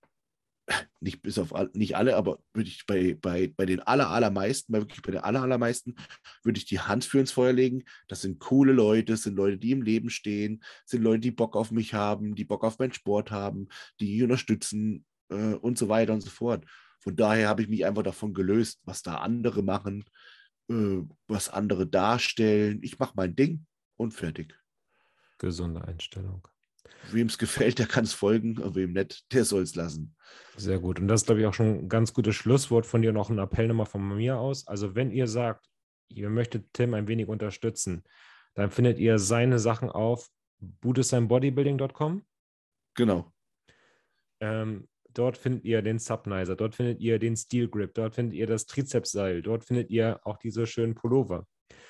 nicht bis auf all, nicht alle, aber würde ich bei, bei, bei den aller, allermeisten, bei wirklich bei den aller, allermeisten, würde ich die Hand für ins Feuer legen. Das sind coole Leute, das sind Leute, die im Leben stehen, sind Leute, die Bock auf mich haben, die Bock auf meinen Sport haben, die mich unterstützen äh, und so weiter und so fort. Von daher habe ich mich einfach davon gelöst, was da andere machen, äh, was andere darstellen. Ich mache mein Ding und fertig. Gesunde Einstellung. Wem es gefällt, der kann es folgen, und wem nicht, der soll es lassen. Sehr gut. Und das ist, glaube ich, auch schon ein ganz gutes Schlusswort von dir, noch ein Appell nochmal von mir aus. Also wenn ihr sagt, ihr möchtet Tim ein wenig unterstützen, dann findet ihr seine Sachen auf budesheimbodybuilding punkt com. Genau. Ähm, dort findet ihr den Subnizer, dort findet ihr den Steel Grip, dort findet ihr das Trizepsseil, dort findet ihr auch diese schönen Pullover.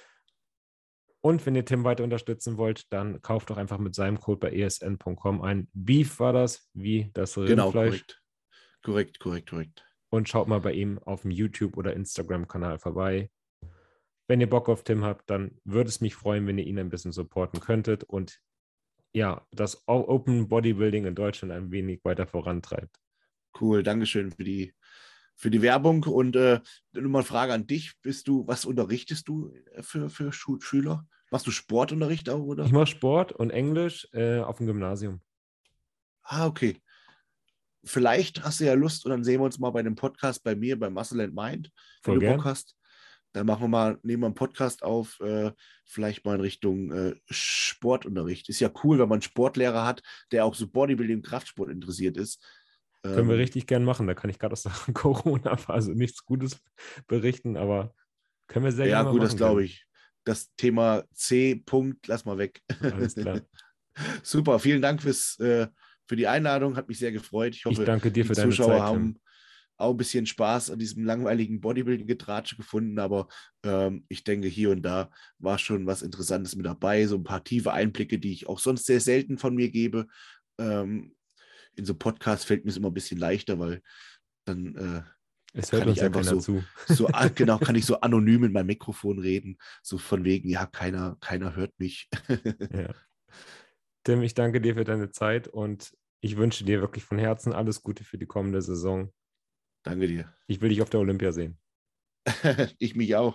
Und wenn ihr Tim weiter unterstützen wollt, dann kauft doch einfach mit seinem Code bei e s n punkt com ein. Beef war das, wie das Rindfleisch. Genau, korrekt. Korrekt, korrekt, korrekt. Und schaut mal bei ihm auf dem YouTube- oder Instagram-Kanal vorbei. Wenn ihr Bock auf Tim habt, dann würde es mich freuen, wenn ihr ihn ein bisschen supporten könntet und ja, das Open Bodybuilding in Deutschland ein wenig weiter vorantreibt. Cool, Dankeschön für die, für die Werbung. Und äh, nur mal eine Frage an dich. Bist du, was unterrichtest du für, für Schüler? Machst du Sportunterricht auch, oder? Ich mache Sport und Englisch äh, auf dem Gymnasium. Ah, okay. Vielleicht hast du ja Lust und dann sehen wir uns mal bei dem Podcast bei mir, bei Muscle and Mind, wenn Voll du gern. Bock hast. Dann machen wir mal, nehmen wir einen Podcast auf, äh, vielleicht mal in Richtung äh, Sportunterricht. Ist ja cool, wenn man einen Sportlehrer hat, der auch so Bodybuilding und Kraftsport interessiert ist. Können ähm, wir richtig gern machen. Da kann ich gerade aus der Corona-Phase nichts Gutes berichten, aber können wir sehr Ja, gerne gut, mal das machen. glaube ich. Das Thema C. Punkt, lass mal weg. Alles klar. Super, vielen Dank fürs, äh, für die Einladung, hat mich sehr gefreut. Ich hoffe, Ich danke dir die für deine Zuschauer Zeit, haben Tim. auch ein bisschen Spaß an diesem langweiligen Bodybuilding-Getratsche gefunden, aber ähm, ich denke, hier und da war schon was Interessantes mit dabei, so ein paar tiefe Einblicke, die ich auch sonst sehr selten von mir gebe. Ähm, in so Podcasts fällt mir es immer ein bisschen leichter, weil dann äh, Es hört kann uns ich ja einfach keiner so, zu. so genau, kann ich so anonym in mein Mikrofon reden, so von wegen, ja, keiner, keiner hört mich. Ja. Tim, ich danke dir für deine Zeit und ich wünsche dir wirklich von Herzen alles Gute für die kommende Saison. Danke dir. Ich will dich auf der Olympia sehen. Ich mich auch.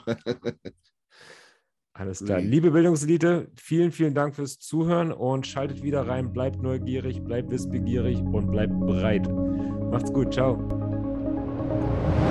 Alles klar. Ui. Liebe Bildungselite, vielen, vielen Dank fürs Zuhören und schaltet wieder rein. Bleibt neugierig, bleibt wissbegierig und bleibt bereit. Macht's gut. Ciao.